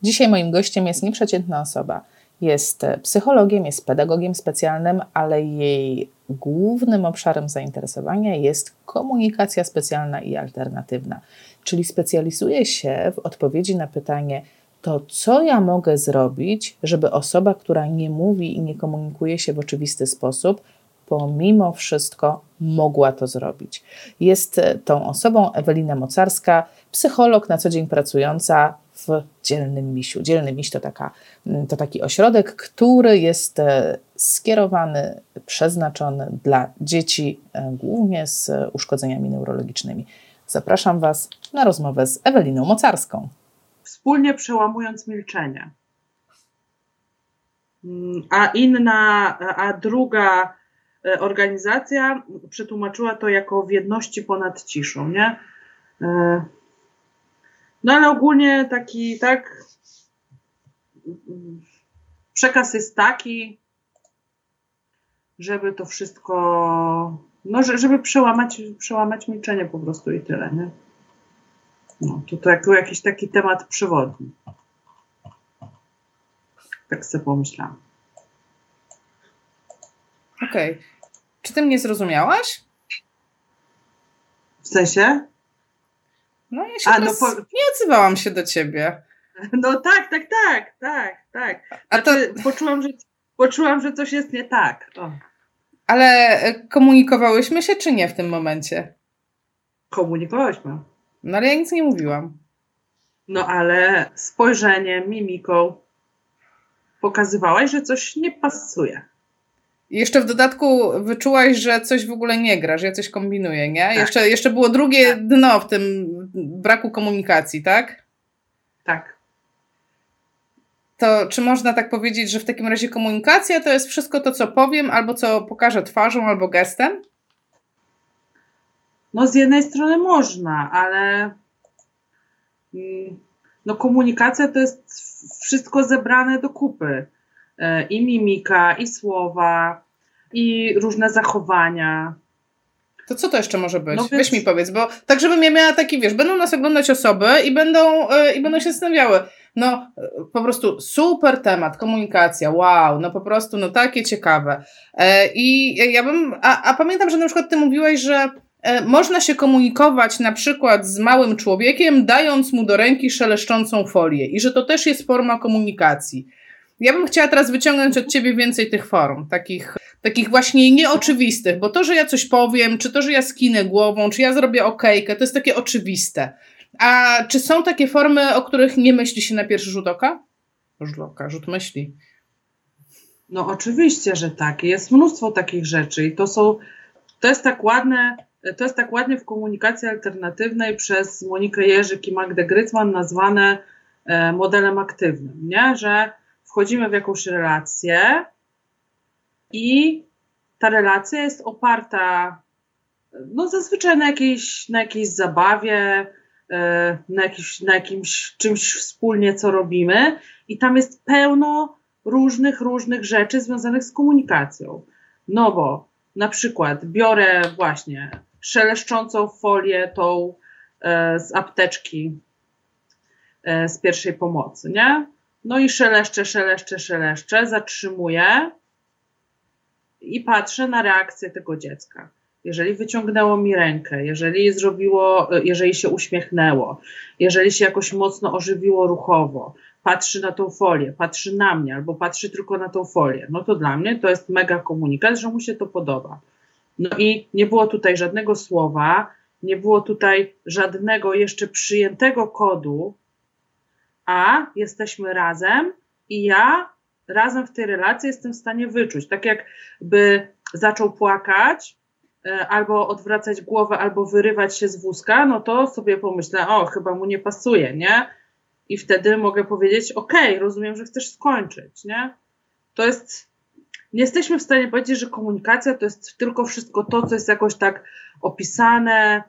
Dzisiaj moim gościem jest nieprzeciętna osoba. Jest psychologiem, jest pedagogiem specjalnym, ale jej głównym obszarem zainteresowania jest komunikacja specjalna i alternatywna. Czyli specjalizuje się w odpowiedzi na pytanie, to co ja mogę zrobić, żeby osoba, która nie mówi i nie komunikuje się w oczywisty sposób, pomimo wszystko mogła to zrobić. Jest tą osobą Ewelina Mocarska, psycholog na co dzień pracująca w Dzielnym Misiu. Dzielny Miś to taki ośrodek, który jest skierowany, przeznaczony dla dzieci, głównie z uszkodzeniami neurologicznymi. Zapraszam Was na rozmowę z Eweliną Mocarską. Wspólnie przełamując milczenie. A druga organizacja przetłumaczyła to jako w jedności ponad ciszą, nie? No ale ogólnie przekaz jest taki, żeby to wszystko, żeby przełamać milczenie po prostu i tyle, nie? No, to jako jakiś taki temat przewodni. Tak sobie pomyślałam. Okej. Czy ty mnie zrozumiałaś? W sensie? No ja się nie odzywałam się do ciebie. No tak. Poczułam, że coś jest nie tak. O. Ale komunikowałyśmy się, czy nie w tym momencie? Komunikowałyśmy. No ale ja nic nie mówiłam. No ale spojrzeniem, mimiką pokazywałaś, że coś nie pasuje. I jeszcze w dodatku wyczułaś, że coś w ogóle nie gra, że ja coś kombinuję, nie? Tak. Jeszcze było drugie dno w tym braku komunikacji, tak? Tak. To czy można tak powiedzieć, że w takim razie komunikacja to jest wszystko to, co powiem, albo co pokażę twarzą, albo gestem? No z jednej strony można, ale komunikacja to jest wszystko zebrane do kupy. I mimika, i słowa, i różne zachowania. To co to jeszcze może być? No weź mi powiedz, bo tak, żebym ja miała taki, będą nas oglądać osoby i będą się zastanawiały. No po prostu super temat, komunikacja, wow, no po prostu no takie ciekawe. I ja pamiętam, że na przykład ty mówiłaś, że można się komunikować na przykład z małym człowiekiem, dając mu do ręki szeleszczącą folię i że to też jest forma komunikacji. Ja bym chciała teraz wyciągnąć od ciebie więcej tych form, takich właśnie nieoczywistych, bo to, że ja coś powiem, czy to, że ja skinę głową, czy ja zrobię okejkę, to jest takie oczywiste. A czy są takie formy, o których nie myśli się na pierwszy rzut oka? Rzut myśli. No oczywiście, że tak. Jest mnóstwo takich rzeczy i to jest tak ładnie w komunikacji alternatywnej przez Monikę Jerzyk i Magdę Grycman nazwane modelem aktywnym, nie? Że wchodzimy w jakąś relację i ta relacja jest oparta zazwyczaj na jakiejś zabawie, na jakimś czymś wspólnie, co robimy i tam jest pełno różnych rzeczy związanych z komunikacją. No bo na przykład biorę właśnie szeleszczącą folię tą z apteczki z pierwszej pomocy, nie? No i szeleszczę, zatrzymuję i patrzę na reakcję tego dziecka. Jeżeli wyciągnęło mi rękę, jeżeli się uśmiechnęło, jeżeli się jakoś mocno ożywiło ruchowo, patrzy na tą folię, patrzy na mnie albo patrzy tylko na tą folię, no to dla mnie to jest mega komunikat, że mu się to podoba. No i nie było tutaj żadnego słowa, nie było tutaj żadnego jeszcze przyjętego kodu, a jesteśmy razem i ja razem w tej relacji jestem w stanie wyczuć. Tak jakby zaczął płakać, albo odwracać głowę, albo wyrywać się z wózka, no to sobie pomyślę, chyba mu nie pasuje, nie? I wtedy mogę powiedzieć, okej, rozumiem, że chcesz skończyć, nie? Nie jesteśmy w stanie powiedzieć, że komunikacja to jest tylko wszystko to, co jest jakoś tak opisane,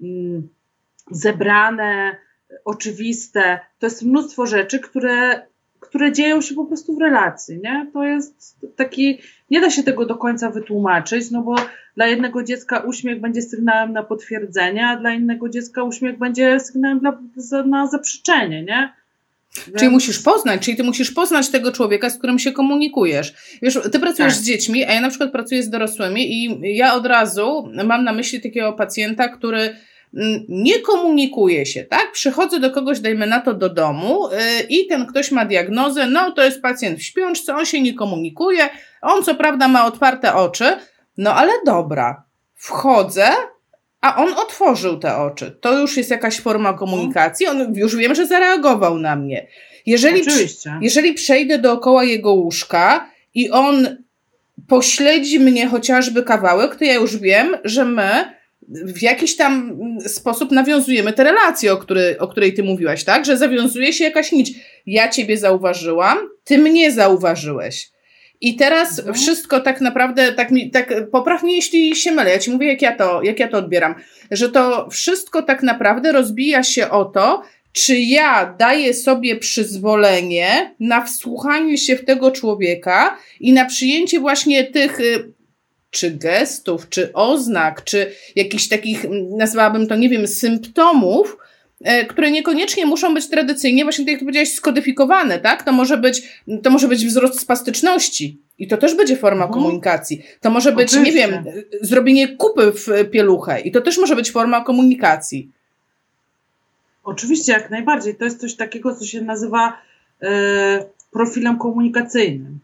zebrane, oczywiste. To jest mnóstwo rzeczy, które dzieją się po prostu w relacji, nie? To jest taki, nie da się tego do końca wytłumaczyć, no bo dla jednego dziecka uśmiech będzie sygnałem na potwierdzenie, a dla innego dziecka uśmiech będzie sygnałem na zaprzeczenie, nie? Czyli ty musisz poznać tego człowieka, z którym się komunikujesz. Wiesz, ty pracujesz z dziećmi, a ja na przykład pracuję z dorosłymi i ja od razu mam na myśli takiego pacjenta, który nie komunikuje się, tak? Przychodzę do kogoś, dajmy na to, do domu i ten ktoś ma diagnozę, no to jest pacjent w śpiączce, on się nie komunikuje, on co prawda ma otwarte oczy, no ale dobra, wchodzę, a on otworzył te oczy. To już jest jakaś forma komunikacji, on już wiem, że zareagował na mnie. Jeżeli przejdę dookoła jego łóżka i on pośledzi mnie chociażby kawałek, to ja już wiem, że my w jakiś tam sposób nawiązujemy tę relację, o której ty mówiłaś, tak? Że zawiązuje się jakaś nić. Ja ciebie zauważyłam, ty mnie zauważyłeś. I teraz wszystko tak naprawdę, popraw mnie, jeśli się mylę, ja ci mówię, jak ja to odbieram, że to wszystko tak naprawdę rozbija się o to, czy ja daję sobie przyzwolenie na wsłuchanie się w tego człowieka i na przyjęcie właśnie tych czy gestów, czy oznak, czy jakichś takich, nazwałabym to, nie wiem, symptomów, które niekoniecznie muszą być tradycyjnie, właśnie tak jak ty powiedziałaś, skodyfikowane, tak? To może być wzrost spastyczności i to też będzie forma komunikacji. To może być, nie wiem, zrobienie kupy w pieluchę i to też może być forma komunikacji. Oczywiście, jak najbardziej. To jest coś takiego, co się nazywa profilem komunikacyjnym.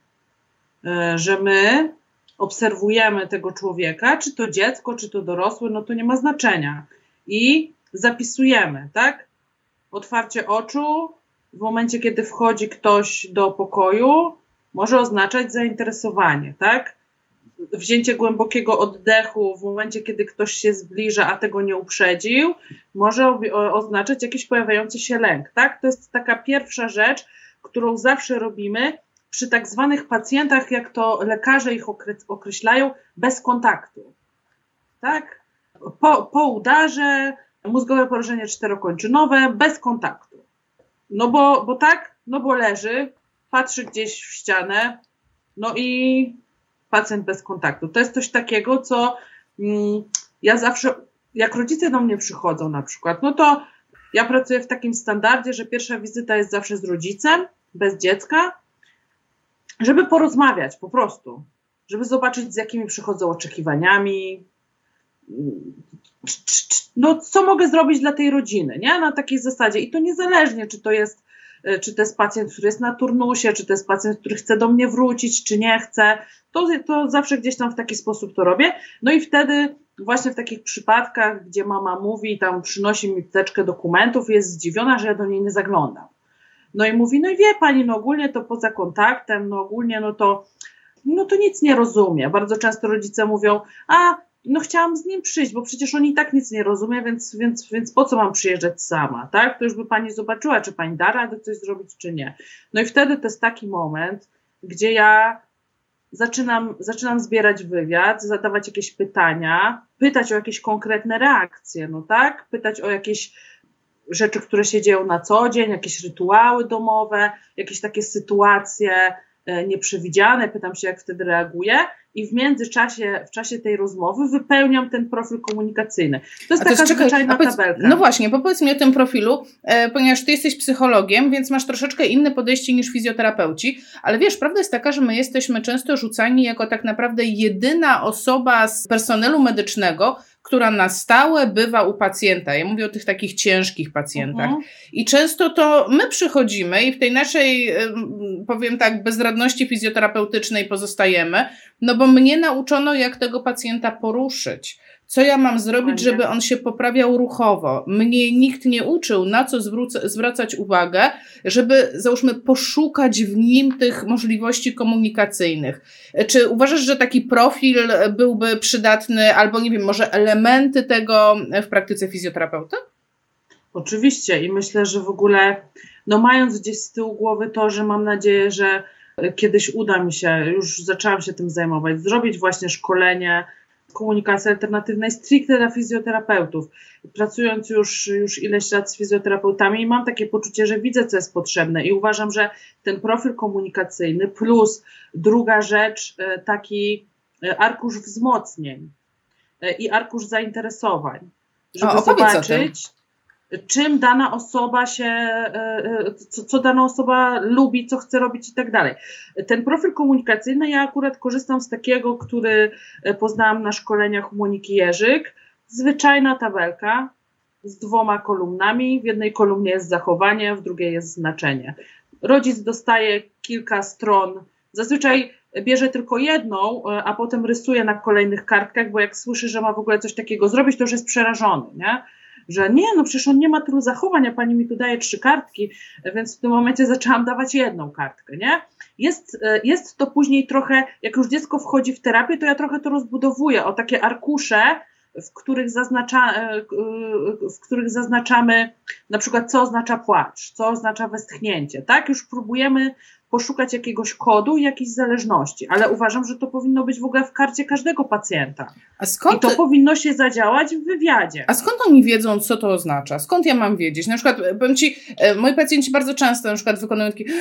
Że my obserwujemy tego człowieka, czy to dziecko, czy to dorosły, no to nie ma znaczenia. I zapisujemy, tak? Otwarcie oczu w momencie, kiedy wchodzi ktoś do pokoju, może oznaczać zainteresowanie, tak? Wzięcie głębokiego oddechu w momencie, kiedy ktoś się zbliża, a tego nie uprzedził, może oznaczać jakiś pojawiający się lęk, tak? To jest taka pierwsza rzecz, którą zawsze robimy przy tak zwanych pacjentach, jak to lekarze ich określają, bez kontaktu, tak? Po udarze, mózgowe porażenie czterokończynowe, bez kontaktu. No bo leży, patrzy gdzieś w ścianę, no i pacjent bez kontaktu. To jest coś takiego, co ja zawsze, jak rodzice do mnie przychodzą na przykład, no to ja pracuję w takim standardzie, że pierwsza wizyta jest zawsze z rodzicem, bez dziecka, żeby porozmawiać po prostu, żeby zobaczyć, z jakimi przychodzą oczekiwaniami, no co mogę zrobić dla tej rodziny, nie? Na takiej zasadzie. I to niezależnie, czy to jest pacjent, który jest na turnusie, czy to jest pacjent, który chce do mnie wrócić, czy nie chce, to zawsze gdzieś tam w taki sposób to robię. No i wtedy właśnie w takich przypadkach, gdzie mama mówi, tam przynosi mi teczkę dokumentów, jest zdziwiona, że ja do niej nie zaglądam. No i mówi, no i wie pani, no ogólnie to poza kontaktem, no ogólnie no to nic nie rozumie. Bardzo często rodzice mówią, no chciałam z nim przyjść, bo przecież on i tak nic nie rozumie, więc po co mam przyjeżdżać sama, tak? To już by pani zobaczyła, czy pani da radę coś zrobić, czy nie. No i wtedy to jest taki moment, gdzie ja zaczynam zbierać wywiad, zadawać jakieś pytania, pytać o jakieś konkretne reakcje, no tak? Pytać o jakieś rzeczy, które się dzieją na co dzień, jakieś rytuały domowe, jakieś takie sytuacje nieprzewidziane, pytam się, jak wtedy reaguje i w czasie tej rozmowy wypełniam ten profil komunikacyjny. To jest taka zwyczajna tabelka. No właśnie, powiedz mi o tym profilu, ponieważ ty jesteś psychologiem, więc masz troszeczkę inne podejście niż fizjoterapeuci, ale wiesz, prawda jest taka, że my jesteśmy często rzucani jako tak naprawdę jedyna osoba z personelu medycznego, która na stałe bywa u pacjenta. Ja mówię o tych takich ciężkich pacjentach. I często to my przychodzimy i w tej naszej, powiem tak, bezradności fizjoterapeutycznej pozostajemy, no bo mnie nauczono, jak tego pacjenta poruszyć. Co ja mam zrobić, żeby on się poprawiał ruchowo? Mnie nikt nie uczył, na co zwracać uwagę, żeby, załóżmy, poszukać w nim tych możliwości komunikacyjnych. Czy uważasz, że taki profil byłby przydatny, albo nie wiem, może elementy tego w praktyce fizjoterapeuty? Oczywiście i myślę, że w ogóle, no mając gdzieś z tyłu głowy to, że mam nadzieję, że kiedyś uda mi się, już zaczęłam się tym zajmować, zrobić właśnie szkolenie komunikacji alternatywnej stricte dla fizjoterapeutów. Pracując już ileś lat z fizjoterapeutami mam takie poczucie, że widzę, co jest potrzebne i uważam, że ten profil komunikacyjny plus druga rzecz, taki arkusz wzmocnień i arkusz zainteresowań, żeby zobaczyć, czym dana osoba co dana osoba lubi, co chce robić i tak dalej. Ten profil komunikacyjny, ja akurat korzystam z takiego, który poznałam na szkoleniach u Moniki Jerzyk. Zwyczajna tabelka z 2 kolumnami. W jednej kolumnie jest zachowanie, w drugiej jest znaczenie. Rodzic dostaje kilka stron, zazwyczaj bierze tylko jedną, a potem rysuje na kolejnych kartkach, bo jak słyszy, że ma w ogóle coś takiego zrobić, to już jest przerażony, nie? Że nie, no przecież on nie ma tylu zachowań, a pani mi tu daje 3 kartki, więc w tym momencie zaczęłam dawać 1 kartkę, nie? Jest to później trochę, jak już dziecko wchodzi w terapię, to ja trochę to rozbudowuję o takie arkusze, w których zaznaczamy na przykład, co oznacza płacz, co oznacza westchnięcie, tak? Już próbujemy poszukać jakiegoś kodu i jakiejś zależności, ale uważam, że to powinno być w ogóle w karcie każdego pacjenta. I to powinno się zadziałać w wywiadzie. A skąd oni wiedzą, co to oznacza? Skąd ja mam wiedzieć? Na przykład, powiem Ci, moi pacjenci bardzo często na przykład wykonują takie...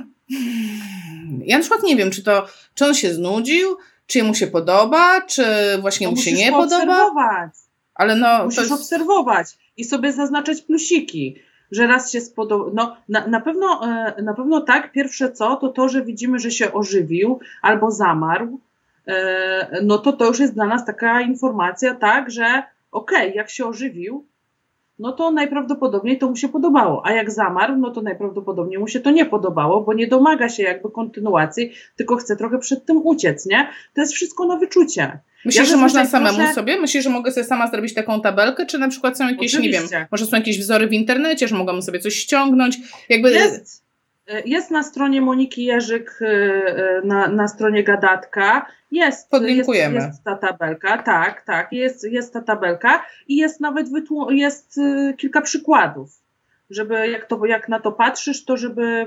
Ja na przykład nie wiem, czy on się znudził, czy mu się podoba, czy właśnie mu się nie podoba. Ale musisz obserwować i sobie zaznaczać plusiki, że raz się spodoba. No, na pewno tak, pierwsze to, że widzimy, że się ożywił albo zamarł, no to już jest dla nas taka informacja, tak, że okej, jak się ożywił, no to najprawdopodobniej to mu się podobało, a jak zamarł, no to najprawdopodobniej mu się to nie podobało, bo nie domaga się jakby kontynuacji, tylko chce trochę przed tym uciec, nie? To jest wszystko na wyczucie. Myślisz, że można samemu sobie? Myślisz, że mogę sobie sama zrobić taką tabelkę, czy na przykład są jakieś, nie wiem, może są jakieś wzory w internecie, że mogłam sobie coś ściągnąć? Jest na stronie Moniki Jerzyk, na stronie Gadatka, jest ta tabelka, tak, jest ta tabelka i jest nawet kilka przykładów, żeby jak na to patrzysz, to żeby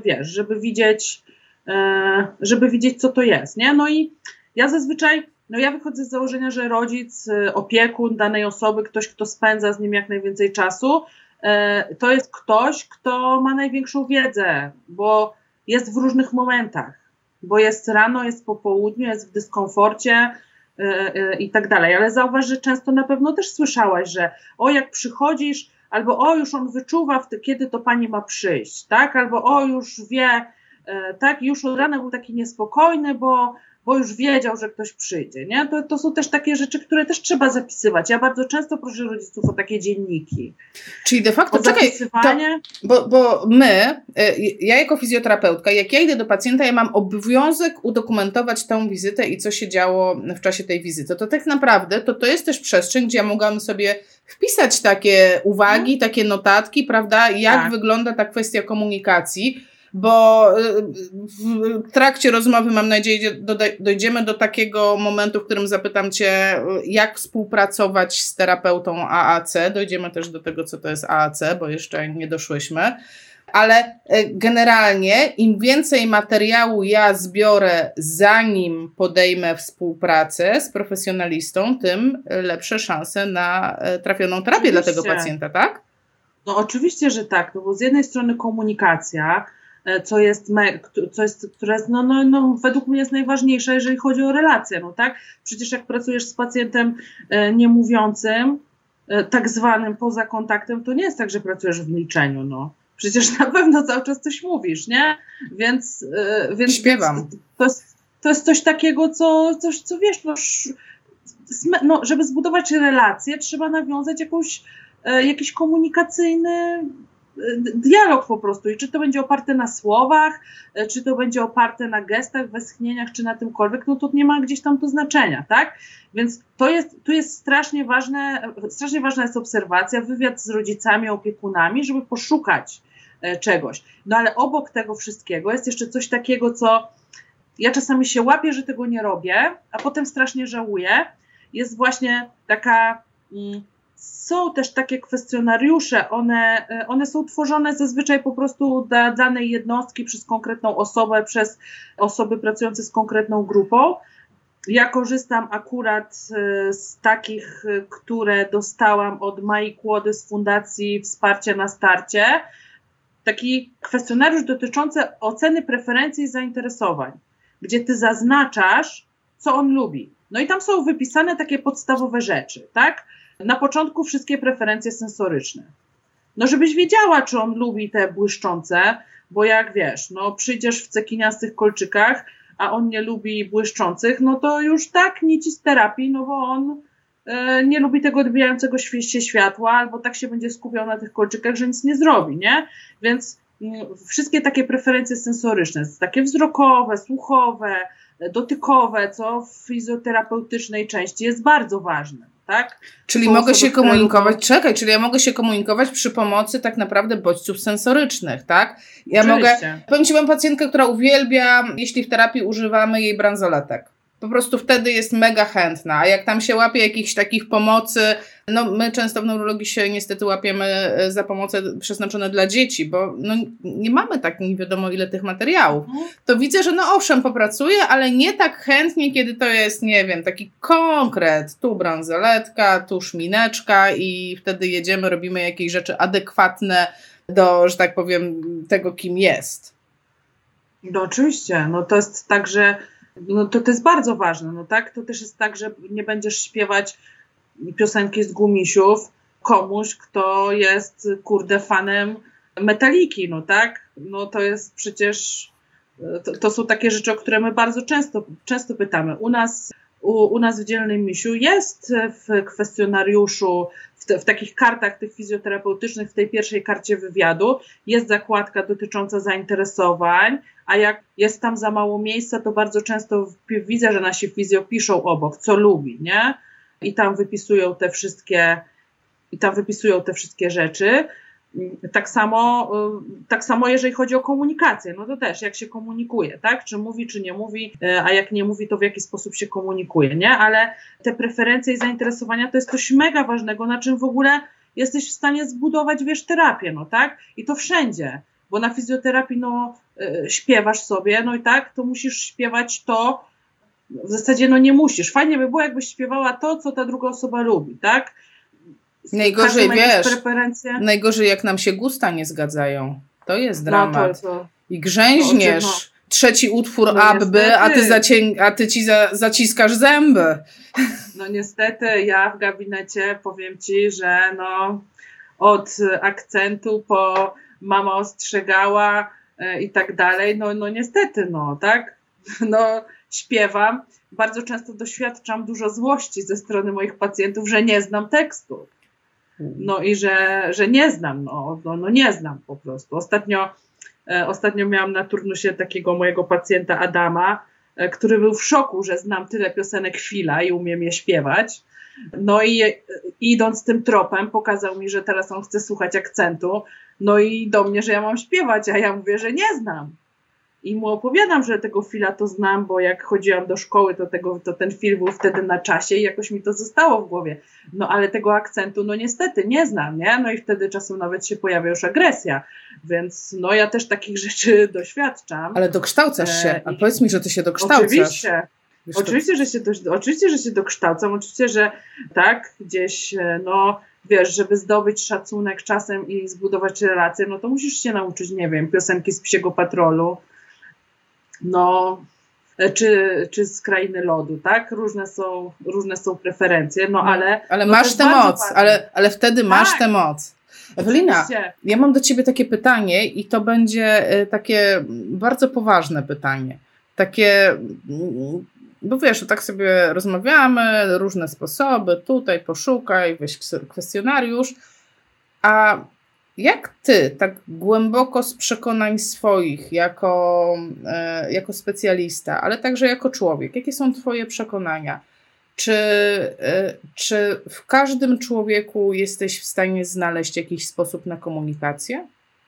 widzieć, co to jest, nie? No i ja zazwyczaj, ja wychodzę z założenia, że rodzic, opiekun danej osoby, ktoś, kto spędza z nim jak najwięcej czasu, to jest ktoś, kto ma największą wiedzę, bo jest w różnych momentach, bo jest rano, jest po południu, jest w dyskomforcie i tak dalej, ale zauważ, że często na pewno też słyszałaś, że jak przychodzisz, albo już on wyczuwa, kiedy to pani ma przyjść, tak, albo już wie, tak, już od rana był taki niespokojny, bo już wiedział, że ktoś przyjdzie, nie? To są też takie rzeczy, które też trzeba zapisywać. Ja bardzo często proszę rodziców o takie dzienniki. Czyli de facto, bo ja jako fizjoterapeutka, jak ja idę do pacjenta, ja mam obowiązek udokumentować tą wizytę i co się działo w czasie tej wizyty. To tak naprawdę to jest też przestrzeń, gdzie ja mogłam sobie wpisać takie uwagi, takie notatki, prawda? Jak wygląda ta kwestia komunikacji, bo w trakcie rozmowy, mam nadzieję, dojdziemy do takiego momentu, w którym zapytam Cię, jak współpracować z terapeutą AAC. Dojdziemy też do tego, co to jest AAC, bo jeszcze nie doszłyśmy. Ale generalnie im więcej materiału ja zbiorę, zanim podejmę współpracę z profesjonalistą, tym lepsze szanse na trafioną terapię dla tego pacjenta, tak? No oczywiście, że tak, no bo z jednej strony komunikacja, która jest według mnie jest najważniejsza, jeżeli chodzi o relacje, no tak? Przecież jak pracujesz z pacjentem niemówiącym, tak zwanym poza kontaktem, to nie jest tak, że pracujesz w milczeniu, no. Przecież na pewno cały czas coś mówisz, nie? Więc śpiewam. To jest coś takiego, co wiesz, żeby zbudować relacje, trzeba nawiązać jakiś komunikacyjny dialog po prostu. I czy to będzie oparte na słowach, czy to będzie oparte na gestach, westchnieniach, czy na tymkolwiek, no to nie ma gdzieś tam to znaczenia, tak? Więc tu jest strasznie ważna jest obserwacja, wywiad z rodzicami, opiekunami, żeby poszukać czegoś. No ale obok tego wszystkiego jest jeszcze coś takiego, co ja czasami się łapię, że tego nie robię, a potem strasznie żałuję. Jest właśnie taka... Są też takie kwestionariusze, one są tworzone zazwyczaj po prostu dla danej jednostki przez konkretną osobę, przez osoby pracujące z konkretną grupą. Ja korzystam akurat z takich, które dostałam od Mai Kłody z Fundacji Wsparcie na Starcie. Taki kwestionariusz dotyczący oceny preferencji i zainteresowań, gdzie ty zaznaczasz, co on lubi. No i tam są wypisane takie podstawowe rzeczy, tak? Na początku wszystkie preferencje sensoryczne. no żebyś wiedziała, czy on lubi te błyszczące, bo jak wiesz, no przyjdziesz w cekiniastych kolczykach, a on nie lubi błyszczących, no to już tak nici z terapii, no bo on nie lubi tego odbijającego się światła, albo tak się będzie skupiał na tych kolczykach, że nic nie zrobi, nie? Więc wszystkie takie preferencje sensoryczne, takie wzrokowe, słuchowe, dotykowe, co w fizjoterapeutycznej części jest bardzo ważne, tak? Czyli mogę się komunikować, czyli ja mogę się komunikować przy pomocy tak naprawdę bodźców sensorycznych, tak? Ja Oczywiście. Powiem Ci, mam pacjentkę, która uwielbia, jeśli w terapii używamy jej bransoletek. Po prostu wtedy jest mega chętna, a jak tam się łapie jakichś takich pomocy, no my często w neurologii się niestety łapiemy za pomoce przeznaczone dla dzieci, bo no, nie mamy tak nie wiadomo ile tych materiałów. To widzę, że no owszem popracuję, ale nie tak chętnie, kiedy to jest, nie wiem, taki konkret, tu bransoletka, tu szmineczka i wtedy jedziemy, robimy jakieś rzeczy adekwatne do, że tak powiem, tego kim jest. No oczywiście, no to jest tak, że no to jest bardzo ważne, no tak? To też jest tak, że nie będziesz śpiewać piosenki z Gumisiów komuś, kto jest, kurde, fanem Metaliki, no tak? No to jest przecież, to są takie rzeczy, o które my bardzo często pytamy. U nas w Dzielnym Misiu jest w kwestionariuszu, w takich kartach tych fizjoterapeutycznych, w tej pierwszej karcie wywiadu jest zakładka dotycząca zainteresowań, a jak jest tam za mało miejsca, to bardzo często widzę, że nasi fizjo piszą obok, co lubi, nie? I tam wypisują te wszystkie rzeczy. Tak samo jeżeli chodzi o komunikację, no to też jak się komunikuje, tak? Czy mówi, czy nie mówi, a jak nie mówi, to w jaki sposób się komunikuje, nie? Ale te preferencje i zainteresowania to jest coś mega ważnego, na czym w ogóle jesteś w stanie zbudować, wiesz, terapię, no tak? I to wszędzie, bo na fizjoterapii, no śpiewasz sobie, no i tak, to musisz śpiewać to, w zasadzie no nie musisz. Fajnie by było, jakbyś śpiewała to, co ta druga osoba lubi, tak? Najgorzej, wiesz, najgorzej jak nam się gusta nie zgadzają. To jest dramat. I grzęźniesz. Trzeci utwór Abby, a ty ci zaciskasz zęby. No niestety, ja w gabinecie powiem ci, że no od akcentu po mama ostrzegała i tak dalej, no niestety, no tak? No śpiewam. Bardzo często doświadczam dużo złości ze strony moich pacjentów, że nie znam tekstu. No i że nie znam, no nie znam po prostu. Ostatnio miałam na turnusie takiego mojego pacjenta Adama, który był w szoku, że znam tyle piosenek Fila i umiem je śpiewać. No i idąc tym tropem pokazał mi, że teraz on chce słuchać akcentu, no i do mnie, że ja mam śpiewać, a ja mówię, że nie znam. I mu opowiadam, że tego Fila to znam, bo jak chodziłam do szkoły, to ten film był wtedy na czasie i jakoś mi to zostało w głowie. No ale tego akcentu, no niestety nie znam, nie? No i wtedy czasem nawet się pojawia już agresja. Więc no ja też takich rzeczy doświadczam. Ale dokształcasz się. A powiedz mi, że ty się dokształcasz. Oczywiście. Oczywiście, że się dokształcam. Oczywiście, że tak, gdzieś, no wiesz, żeby zdobyć szacunek czasem i zbudować relacje, no to musisz się nauczyć, nie wiem, piosenki z Psiego Patrolu, no, czy z Krainy Lodu, tak? Różne są preferencje, no ale... Ale masz tę moc, ale wtedy masz tę moc. Ewelina, ja mam do ciebie takie pytanie i to będzie takie bardzo poważne pytanie. Takie, bo wiesz, tak sobie rozmawiamy, różne sposoby, tutaj poszukaj, weź kwestionariusz, a jak ty, tak głęboko z przekonań swoich, jako specjalista, ale także jako człowiek, jakie są twoje przekonania? Czy w każdym człowieku jesteś w stanie znaleźć jakiś sposób na komunikację?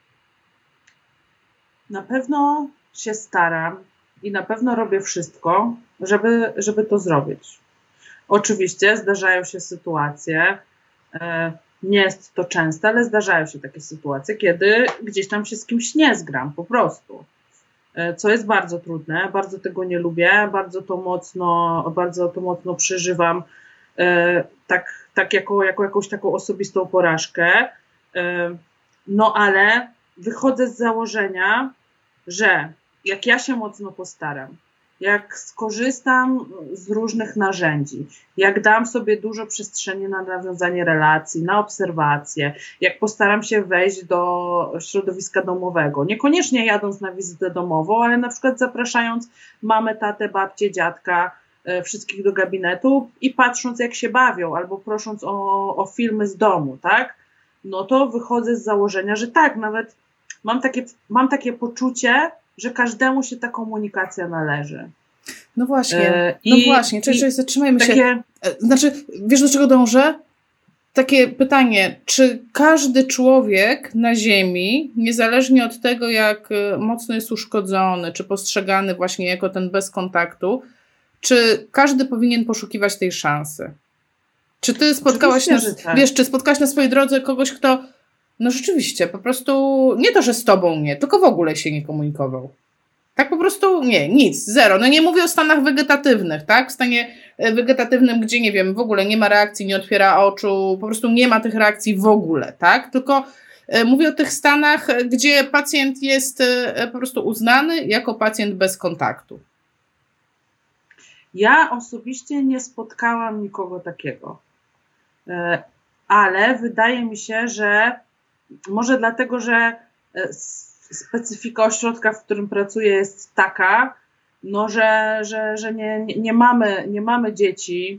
Na pewno się staram i na pewno robię wszystko, żeby to zrobić. Oczywiście zdarzają się sytuacje, nie jest to częste, ale zdarzają się takie sytuacje, kiedy gdzieś tam się z kimś nie zgram po prostu. Co jest bardzo trudne, bardzo tego nie lubię, bardzo to mocno przeżywam, tak jako jakąś taką osobistą porażkę. No ale wychodzę z założenia, że jak ja się mocno postaram, jak skorzystam z różnych narzędzi, jak dam sobie dużo przestrzeni na nawiązanie relacji, na obserwacje, jak postaram się wejść do środowiska domowego, niekoniecznie jadąc na wizytę domową, ale na przykład zapraszając mamę, tatę, babcię, dziadka, wszystkich do gabinetu i patrząc, jak się bawią, albo prosząc o filmy z domu, tak? No to wychodzę z założenia, że tak, nawet mam takie poczucie, że każdemu się ta komunikacja należy. No właśnie, Czyli zatrzymajmy się. Znaczy, wiesz, do czego dążę? Takie pytanie, czy każdy człowiek na ziemi, niezależnie od tego, jak mocno jest uszkodzony, czy postrzegany właśnie jako ten bez kontaktu, czy każdy powinien poszukiwać tej szansy? Czy ty spotkałaś czy spotkałaś na swojej drodze kogoś, kto no rzeczywiście, po prostu nie to, że z tobą nie, tylko w ogóle się nie komunikował. Tak po prostu nie, nic, zero. No nie mówię o stanach wegetatywnych, tak? W stanie wegetatywnym, gdzie nie wiem, w ogóle nie ma reakcji, nie otwiera oczu, po prostu nie ma tych reakcji w ogóle, tak? Tylko mówię o tych stanach, gdzie pacjent jest po prostu uznany jako pacjent bez kontaktu. Ja osobiście nie spotkałam nikogo takiego, ale wydaje mi się, że może dlatego, że specyfika ośrodka, w którym pracuję, jest taka, no, że nie mamy dzieci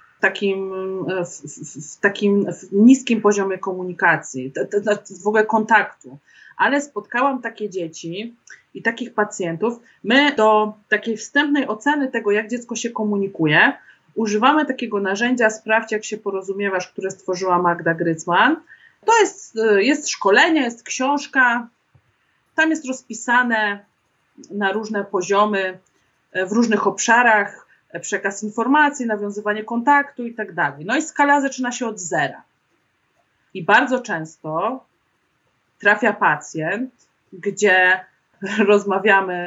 w takim niskim poziomie komunikacji, w ogóle kontaktu, ale spotkałam takie dzieci i takich pacjentów. My do takiej wstępnej oceny tego, jak dziecko się komunikuje, używamy takiego narzędzia Sprawdź, jak się porozumiewasz, które stworzyła Magda Grycman. To jest szkolenie, jest książka, tam jest rozpisane na różne poziomy, w różnych obszarach, przekaz informacji, nawiązywanie kontaktu i tak dalej. No i skala zaczyna się od 0. I bardzo często trafia pacjent, gdzie rozmawiamy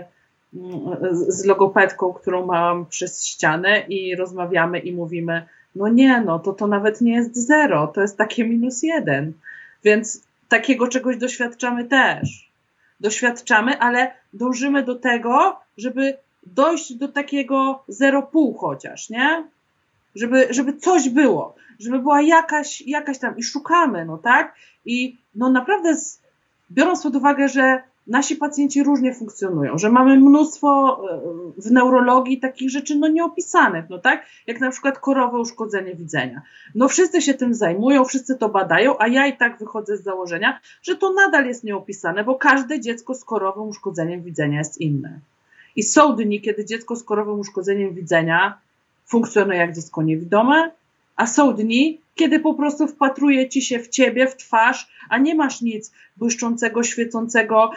z logopedką, którą mam przez ścianę i rozmawiamy i mówimy, no nie, no to nawet nie jest 0, to jest takie -1. Więc takiego czegoś doświadczamy też. Doświadczamy, ale dążymy do tego, żeby dojść do takiego 0,5 chociaż, nie? Żeby coś było, żeby była jakaś tam i szukamy, no tak? I no naprawdę biorąc pod uwagę, że nasi pacjenci różnie funkcjonują, że mamy mnóstwo w neurologii takich rzeczy no nieopisanych, no tak? Jak na przykład korowe uszkodzenie widzenia. No wszyscy się tym zajmują, wszyscy to badają, a ja i tak wychodzę z założenia, że to nadal jest nieopisane, bo każde dziecko z korowym uszkodzeniem widzenia jest inne. I są dni, kiedy dziecko z korowym uszkodzeniem widzenia funkcjonuje jak dziecko niewidome, a są dni, kiedy po prostu wpatruje ci się w ciebie, w twarz, a nie masz nic błyszczącego, świecącego,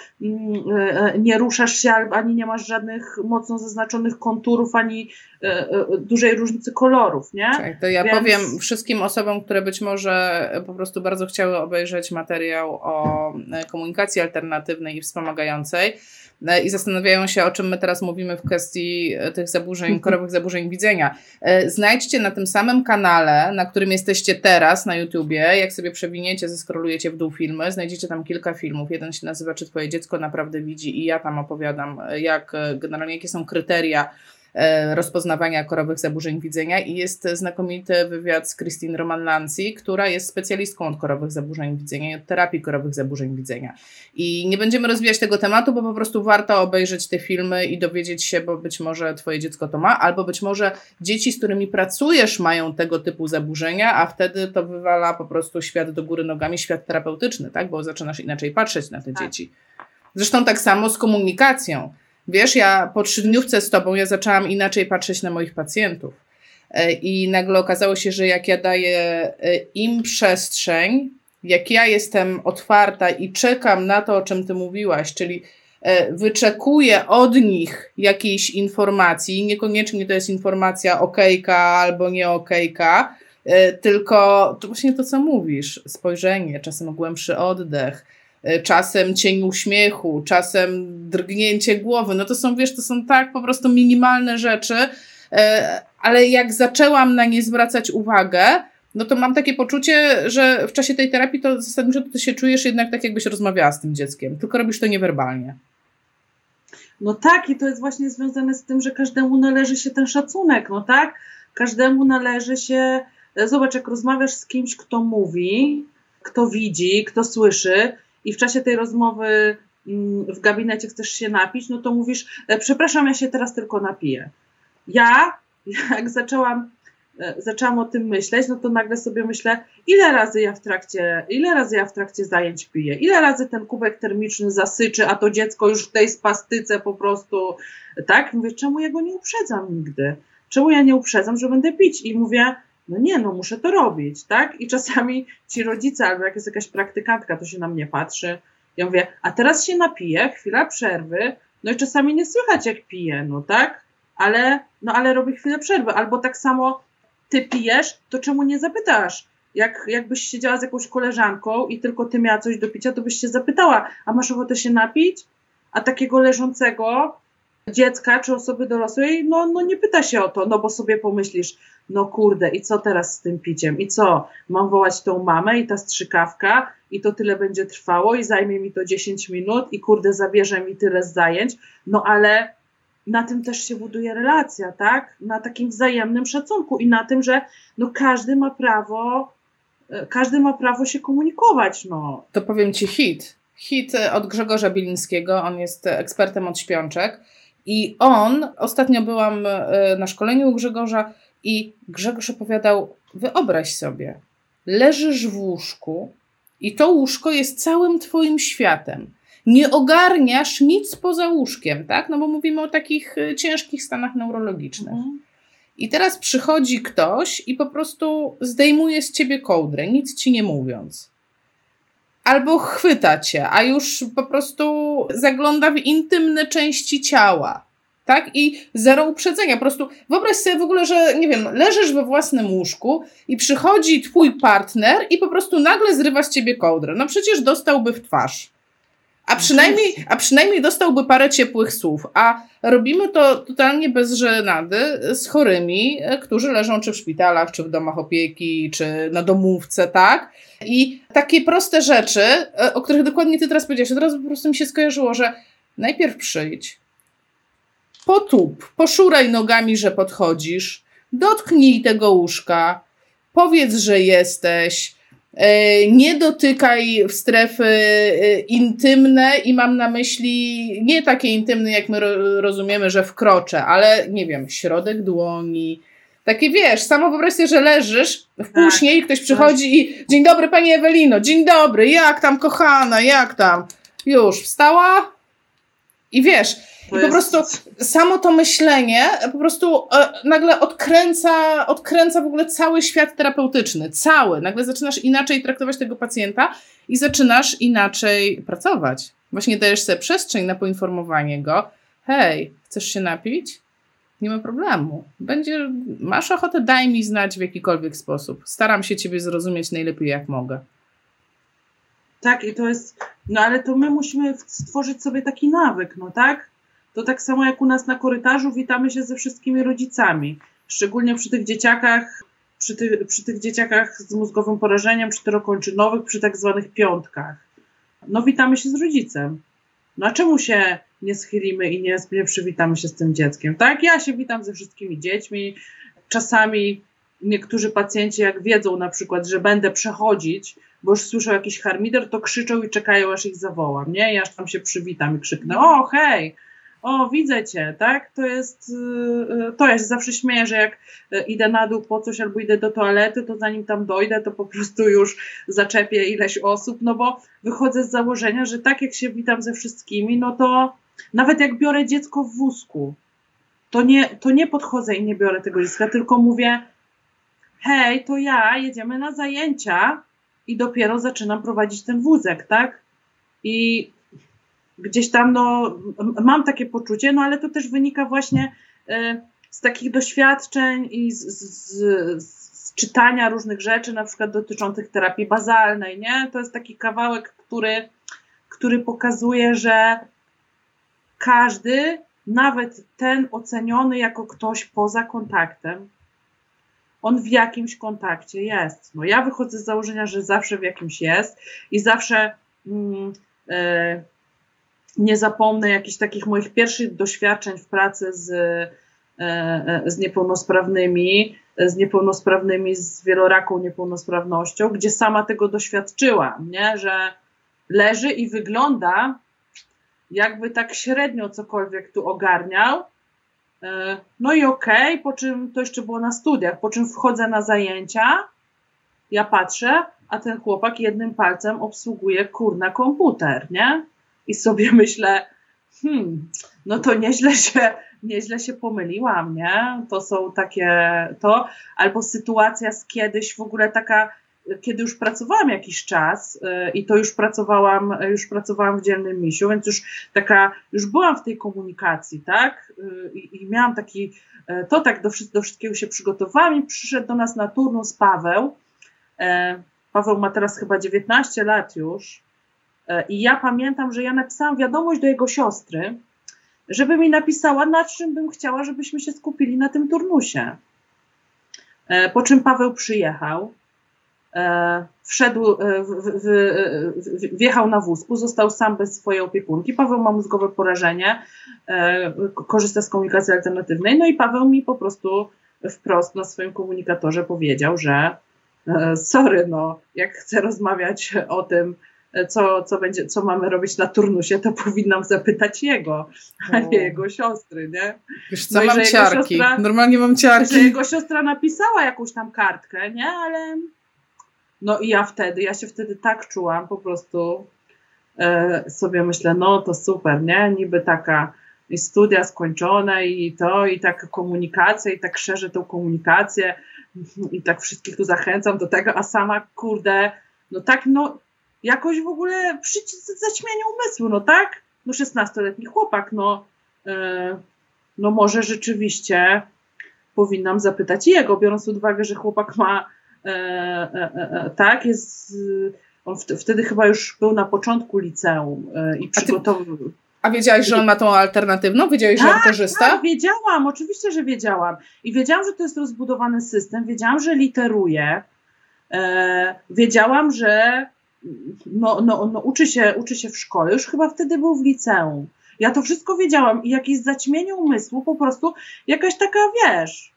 nie ruszasz się, ani nie masz żadnych mocno zaznaczonych konturów, ani dużej różnicy kolorów, nie? Tak, to ja powiem wszystkim osobom, które być może po prostu bardzo chciały obejrzeć materiał o komunikacji alternatywnej i wspomagającej i zastanawiają się, o czym my teraz mówimy w kwestii tych zaburzeń, korowych zaburzeń widzenia. Znajdźcie na tym samym kanale, na którym jesteście teraz na YouTubie, jak sobie przewiniecie, zeskrolujecie w dół filmy, znajdziecie tam kilka filmów. Jeden się nazywa Czy twoje dziecko naprawdę widzi i ja tam opowiadam, generalnie jakie są kryteria rozpoznawania korowych zaburzeń widzenia i jest znakomity wywiad z Christine Roman-Lancy, która jest specjalistką od korowych zaburzeń widzenia i od terapii korowych zaburzeń widzenia. I nie będziemy rozwijać tego tematu, bo po prostu warto obejrzeć te filmy i dowiedzieć się, bo być może twoje dziecko to ma, albo być może dzieci, z którymi pracujesz, mają tego typu zaburzenia, a wtedy to wywala po prostu świat do góry nogami, świat terapeutyczny, tak? Bo zaczynasz inaczej patrzeć na te dzieci. Zresztą tak samo z komunikacją. Wiesz, ja po 3-dniówce z tobą ja zaczęłam inaczej patrzeć na moich pacjentów i nagle okazało się, że jak ja daję im przestrzeń, jak ja jestem otwarta i czekam na to, o czym ty mówiłaś, czyli wyczekuję od nich jakiejś informacji, niekoniecznie to jest informacja okejka albo nie okejka, tylko to właśnie to, co mówisz, spojrzenie, czasem głębszy oddech, czasem cień uśmiechu, czasem drgnięcie głowy, no to są, wiesz, to są tak po prostu minimalne rzeczy, ale jak zaczęłam na nie zwracać uwagę, no to mam takie poczucie, że w czasie tej terapii to zasadniczo ty się czujesz jednak tak, jakbyś rozmawiała z tym dzieckiem, tylko robisz to niewerbalnie. No tak, i to jest właśnie związane z tym, że każdemu należy się ten szacunek, no tak? Każdemu należy się, zobacz, jak rozmawiasz z kimś, kto mówi, kto widzi, kto słyszy i w czasie tej rozmowy w gabinecie chcesz się napić, no to mówisz, przepraszam, ja się teraz tylko napiję. Ja, jak zaczęłam o tym myśleć, no to nagle sobie myślę, ile razy ja w trakcie zajęć piję, ile razy ten kubek termiczny zasyczy, a to dziecko już w tej spastyce po prostu, tak? Mówię, czemu ja go nie uprzedzam nigdy? Czemu ja nie uprzedzam, że będę pić? I mówię, no nie, no muszę to robić, tak? I czasami ci rodzice, albo jak jest jakaś praktykantka, to się na mnie patrzy, ja mówię, a teraz się napiję, chwila przerwy, no i czasami nie słychać jak piję, no tak? Ale robię chwilę przerwy, albo tak samo ty pijesz, to czemu nie zapytasz? Jakbyś siedziała z jakąś koleżanką i tylko ty miała coś do picia, to byś się zapytała, a masz ochotę się napić? A takiego leżącego dziecka czy osoby dorosłej, no nie pyta się o to, no bo sobie pomyślisz, no kurde, i co teraz z tym piciem? I co? Mam wołać tą mamę i ta strzykawka i to tyle będzie trwało i zajmie mi to 10 minut i kurde, zabierze mi tyle z zajęć, no ale na tym też się buduje relacja, tak? Na takim wzajemnym szacunku i na tym, że no każdy ma prawo się komunikować, no. To powiem ci hit od Grzegorza Bilińskiego, on jest ekspertem od śpiączek i ostatnio byłam na szkoleniu u Grzegorza i Grzegorz opowiadał, wyobraź sobie, leżysz w łóżku i to łóżko jest całym twoim światem. Nie ogarniasz nic poza łóżkiem, tak? No bo mówimy o takich ciężkich stanach neurologicznych. I teraz przychodzi ktoś i po prostu zdejmuje z ciebie kołdrę, nic ci nie mówiąc. Albo chwyta cię, a już po prostu zagląda w intymne części ciała. Tak? I zero uprzedzenia. Po prostu wyobraź sobie w ogóle, że nie wiem, leżysz we własnym łóżku i przychodzi twój partner i po prostu nagle zrywa z ciebie kołdrę. No przecież dostałby w twarz. A przynajmniej dostałby parę ciepłych słów. A robimy to totalnie bez żenady z chorymi, którzy leżą czy w szpitalach, czy w domach opieki, czy na domówce, tak? I takie proste rzeczy, o których dokładnie ty teraz powiedziałeś, od razu po prostu mi się skojarzyło, że najpierw przyjdź, poszuraj nogami, że podchodzisz, dotknij tego łóżka, powiedz, że jesteś, nie dotykaj w strefy intymne i mam na myśli nie takie intymne, jak my rozumiemy, że wkroczę, ale nie wiem, środek dłoni, takie wiesz, samo wyobraź sobie, że leżysz w półśnie i ktoś przychodzi i dzień dobry pani Ewelino, dzień dobry, jak tam kochana, jak tam, już wstała i wiesz, i po prostu samo to myślenie po prostu nagle odkręca w ogóle cały świat terapeutyczny. Cały. Nagle zaczynasz inaczej traktować tego pacjenta i zaczynasz inaczej pracować. Właśnie dajesz sobie przestrzeń na poinformowanie go. Hej, chcesz się napić? Nie ma problemu. Masz ochotę? Daj mi znać w jakikolwiek sposób. Staram się ciebie zrozumieć najlepiej jak mogę. Tak, i to jest, no ale to my musimy stworzyć sobie taki nawyk, no tak? To tak samo jak u nas na korytarzu witamy się ze wszystkimi rodzicami. Szczególnie przy tych dzieciakach, przy tych dzieciakach z mózgowym porażeniem, czterokończynowych, przy tak zwanych piątkach. No witamy się z rodzicem. No a czemu się nie schylimy i nie przywitamy się z tym dzieckiem, tak? Ja się witam ze wszystkimi dziećmi. Czasami niektórzy pacjenci, jak wiedzą na przykład, że będę przechodzić, bo już słyszą jakiś harmider, to krzyczą i czekają, aż ich zawołam, nie? I aż tam się przywitam i krzyknę, o hej, o widzę cię, tak? To ja się zawsze śmieję, że jak idę na dół po coś albo idę do toalety, to zanim tam dojdę, to po prostu już zaczepię ileś osób, no bo wychodzę z założenia, że tak jak się witam ze wszystkimi, no to nawet jak biorę dziecko w wózku, to nie podchodzę i nie biorę tego dziecka, tylko mówię, hej, to ja, jedziemy na zajęcia i dopiero zaczynam prowadzić ten wózek, tak? I gdzieś tam, no, mam takie poczucie, no ale to też wynika właśnie z takich doświadczeń i z czytania różnych rzeczy, na przykład dotyczących terapii bazalnej, nie? To jest taki kawałek, który pokazuje, że każdy, nawet ten oceniony jako ktoś poza kontaktem, on w jakimś kontakcie jest. No ja wychodzę z założenia, że zawsze w jakimś jest i zawsze nie zapomnę jakichś takich moich pierwszych doświadczeń w pracy z niepełnosprawnymi, z wieloraką niepełnosprawnością, gdzie sama tego doświadczyłam, nie? Że leży i wygląda, jakby tak średnio cokolwiek tu ogarniał. No i okej, po czym to jeszcze było na studiach, po czym wchodzę na zajęcia, ja patrzę, a ten chłopak jednym palcem obsługuje kurna komputer, nie? I sobie myślę, no to nieźle się pomyliłam, nie? To są takie, albo sytuacja z kiedyś w ogóle taka, kiedy już pracowałam jakiś czas i to już pracowałam w Dzielnym Misiu, więc już byłam w tej komunikacji, tak? I miałam taki, to tak do wszystkiego się przygotowałam i przyszedł do nas na turnus Paweł. Paweł ma teraz chyba 19 lat już i ja pamiętam, że ja napisałam wiadomość do jego siostry, żeby mi napisała, na czym bym chciała, żebyśmy się skupili na tym turnusie. Po czym Paweł przyjechał, wjechał na wózku, został sam bez swojej opiekunki. Paweł ma mózgowe porażenie, korzysta z komunikacji alternatywnej, no i Paweł mi po prostu wprost na swoim komunikatorze powiedział, że sorry, no, jak chcę rozmawiać o tym, co mamy robić na turnusie, to powinnam zapytać jego, a nie jego siostry, nie? Wiesz co, mam ciarki. Normalnie mam ciarki. Że jego siostra napisała jakąś tam kartkę, nie? Ale no i ja się wtedy tak czułam, po prostu sobie myślę, no to super, nie? Niby taka i studia skończone i taka komunikacja i tak szerzę tą komunikację i tak wszystkich tu zachęcam do tego, a sama kurde, no tak, no jakoś w ogóle zaćmienie umysłu, no tak? No 16-letni chłopak, no może rzeczywiście powinnam zapytać jego, biorąc pod uwagę, że chłopak ma tak, on wtedy chyba już był na początku liceum i przygotował. A wiedziałaś, że on ma tą alternatywną? Wiedziałaś, że on korzysta? Tak, wiedziałam, oczywiście, że wiedziałam. I wiedziałam, że to jest rozbudowany system, wiedziałam, że literuje, wiedziałam, że uczy się w szkole, już chyba wtedy był w liceum. Ja to wszystko wiedziałam i jakieś zaćmienie umysłu, po prostu jakaś taka, wiesz,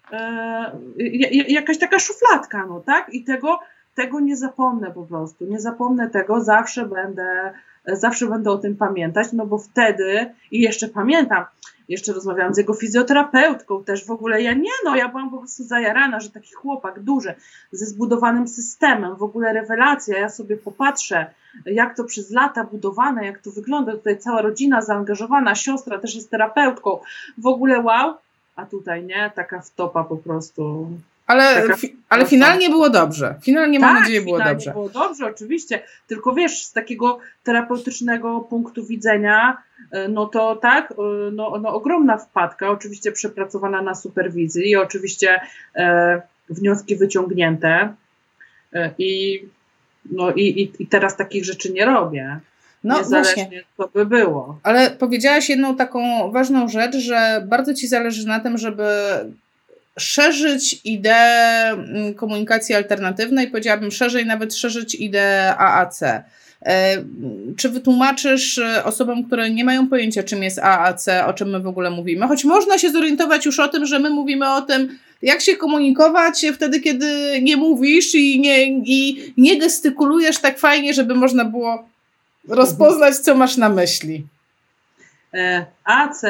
jakaś taka szufladka, no tak? I tego nie zapomnę po prostu, nie zapomnę tego, zawsze będę o tym pamiętać, no bo wtedy, i jeszcze pamiętam, jeszcze rozmawiałam z jego fizjoterapeutką też w ogóle, ja byłam po prostu zajarana, że taki chłopak duży, ze zbudowanym systemem, w ogóle rewelacja, ja sobie popatrzę, jak to przez lata budowane, jak to wygląda, tutaj cała rodzina zaangażowana, siostra też jest terapeutką, w ogóle wow, a tutaj nie, taka wtopa po prostu. Ale finalnie było dobrze. Finalnie mam nadzieję było dobrze. Tak, było dobrze, oczywiście. Tylko wiesz, z takiego terapeutycznego punktu widzenia, no to tak, no ogromna wpadka, oczywiście przepracowana na superwizji i oczywiście wnioski wyciągnięte i teraz takich rzeczy nie robię. No niezależnie właśnie. co by było. Ale powiedziałaś jedną taką ważną rzecz, że bardzo ci zależy na tym, żeby szerzyć ideę komunikacji alternatywnej, powiedziałabym szerzej, nawet szerzyć ideę AAC. Czy wytłumaczysz osobom, które nie mają pojęcia, czym jest AAC, o czym my w ogóle mówimy? Choć można się zorientować już o tym, że my mówimy o tym, jak się komunikować wtedy, kiedy nie mówisz i nie gestykulujesz tak fajnie, żeby można było rozpoznać, co masz na myśli. AAC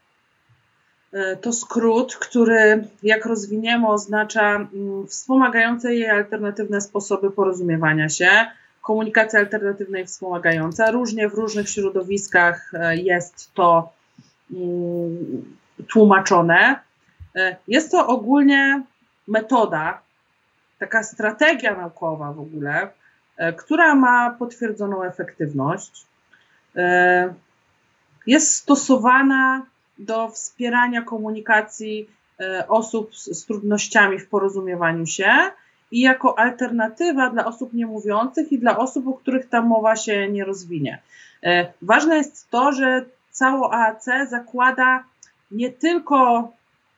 to skrót, który jak rozwiniemy oznacza wspomagające jej alternatywne sposoby porozumiewania się, komunikacja alternatywna i wspomagająca. Różnie w różnych środowiskach jest to tłumaczone. Jest to ogólnie metoda, taka strategia naukowa w ogóle, która ma potwierdzoną efektywność. Jest stosowana do wspierania komunikacji osób z trudnościami w porozumiewaniu się i jako alternatywa dla osób niemówiących i dla osób, u których ta mowa się nie rozwinie. Ważne jest to, że cało AAC zakłada nie tylko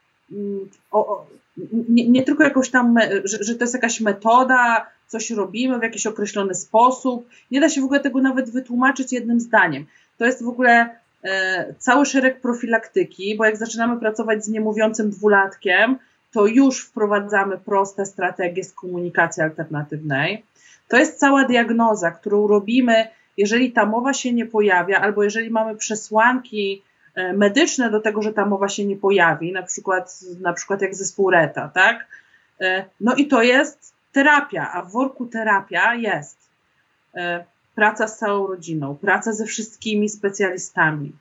jakąś tam, że to jest jakaś metoda, coś robimy w jakiś określony sposób. Nie da się w ogóle tego nawet wytłumaczyć jednym zdaniem. to jest w ogóle cały szereg profilaktyki, bo jak zaczynamy pracować z niemówiącym dwulatkiem, to już wprowadzamy proste strategie z komunikacji alternatywnej. To jest cała diagnoza, którą robimy, jeżeli ta mowa się nie pojawia, albo jeżeli mamy przesłanki medyczne do tego, że ta mowa się nie pojawi, na przykład jak zespół Reta, tak? No i to jest terapia, a w worku terapia jest praca z całą rodziną, praca ze wszystkimi specjalistami,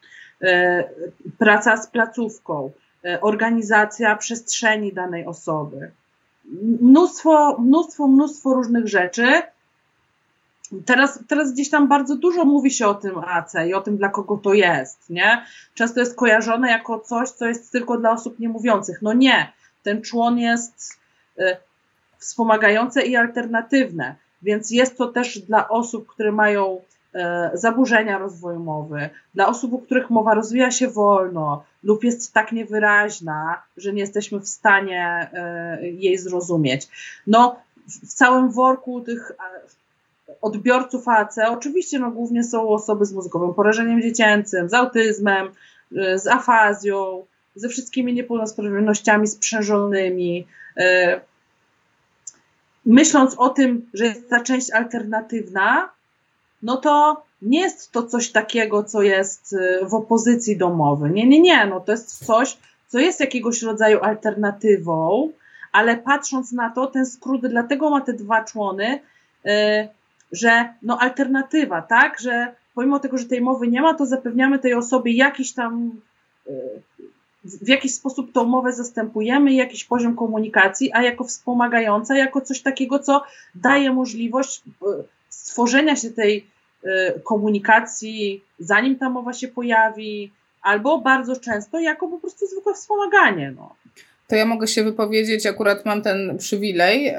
praca z placówką, organizacja przestrzeni danej osoby. Mnóstwo różnych rzeczy. Teraz gdzieś tam bardzo dużo mówi się o tym AC i o tym, dla kogo to jest, nie? Często jest kojarzone jako coś, co jest tylko dla osób niemówiących. No nie, ten człon jest wspomagające i alternatywne, więc jest to też dla osób, które mają zaburzenia rozwoju mowy, dla osób, u których mowa rozwija się wolno lub jest tak niewyraźna, że nie jesteśmy w stanie jej zrozumieć. No, w całym worku tych odbiorców AC oczywiście głównie są osoby z mózgowym porażeniem dziecięcym, z autyzmem, z afazją, ze wszystkimi niepełnosprawnościami sprzężonymi. Myśląc o tym, że jest ta część alternatywna, no to nie jest to coś takiego, co jest w opozycji do mowy. Nie. No to jest coś, co jest jakiegoś rodzaju alternatywą, ale patrząc na to, ten skrót dlatego ma te dwa człony, że no alternatywa, tak, że pomimo tego, że tej mowy nie ma, to zapewniamy tej osobie jakiś tam, w jakiś sposób tą mowę zastępujemy, jakiś poziom komunikacji, a jako wspomagająca, jako coś takiego, co daje możliwość stworzenia się tej komunikacji, zanim ta mowa się pojawi, albo bardzo często jako po prostu zwykłe wspomaganie. No. To ja mogę się wypowiedzieć, akurat mam ten przywilej.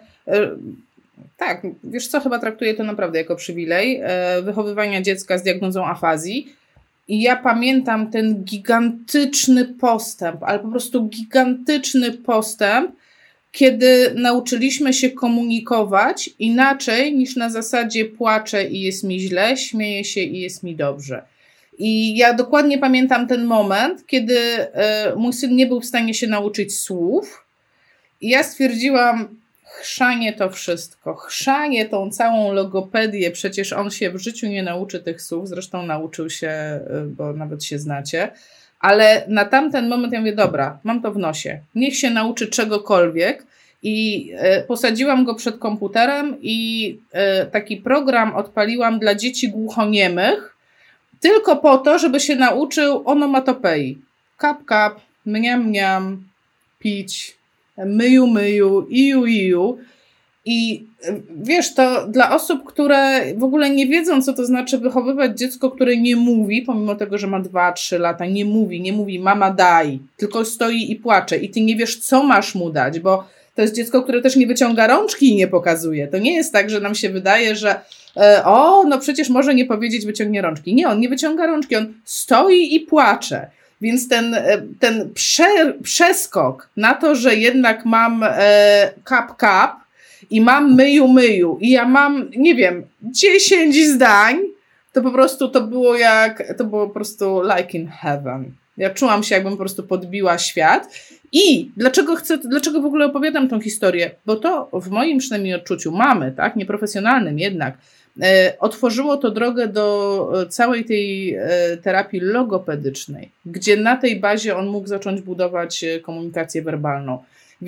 Tak, wiesz co, chyba traktuję to naprawdę jako przywilej wychowywania dziecka z diagnozą afazji. I ja pamiętam ten gigantyczny postęp, ale po prostu gigantyczny postęp, kiedy nauczyliśmy się komunikować inaczej niż na zasadzie płaczę i jest mi źle, śmieję się i jest mi dobrze. I ja dokładnie pamiętam ten moment, kiedy mój syn nie był w stanie się nauczyć słów i ja stwierdziłam, chrzanie to wszystko, chrzanie tą całą logopedię, przecież on się w życiu nie nauczy tych słów, zresztą nauczył się, bo nawet się znacie, ale na tamten moment ja mówię, dobra, mam to w nosie, niech się nauczy czegokolwiek i posadziłam go przed komputerem i taki program odpaliłam dla dzieci głuchoniemych, tylko po to, żeby się nauczył onomatopei. Kap, kap, mniam, mniam, pić, myju, myju, iju, iju. I wiesz, to dla osób, które w ogóle nie wiedzą, co to znaczy wychowywać dziecko, które nie mówi, pomimo tego, że ma 2-3 lata, nie mówi mama daj, tylko stoi i płacze i ty nie wiesz, co masz mu dać, bo to jest dziecko, które też nie wyciąga rączki i nie pokazuje. To nie jest tak, że nam się wydaje, że no przecież może nie powiedzieć wyciągnie rączki. Nie, on nie wyciąga rączki, on stoi i płacze. Więc ten przeskok na to, że jednak mam kap, kap i mam myju, myju i ja mam, nie wiem, 10 zdań, to po prostu to było po prostu like in heaven. Ja czułam się, jakbym po prostu podbiła świat. I dlaczego w ogóle opowiadam tą historię? Bo to w moim przynajmniej odczuciu mamy, tak, nieprofesjonalnym jednak, otworzyło to drogę do całej tej terapii logopedycznej, gdzie na tej bazie on mógł zacząć budować komunikację werbalną.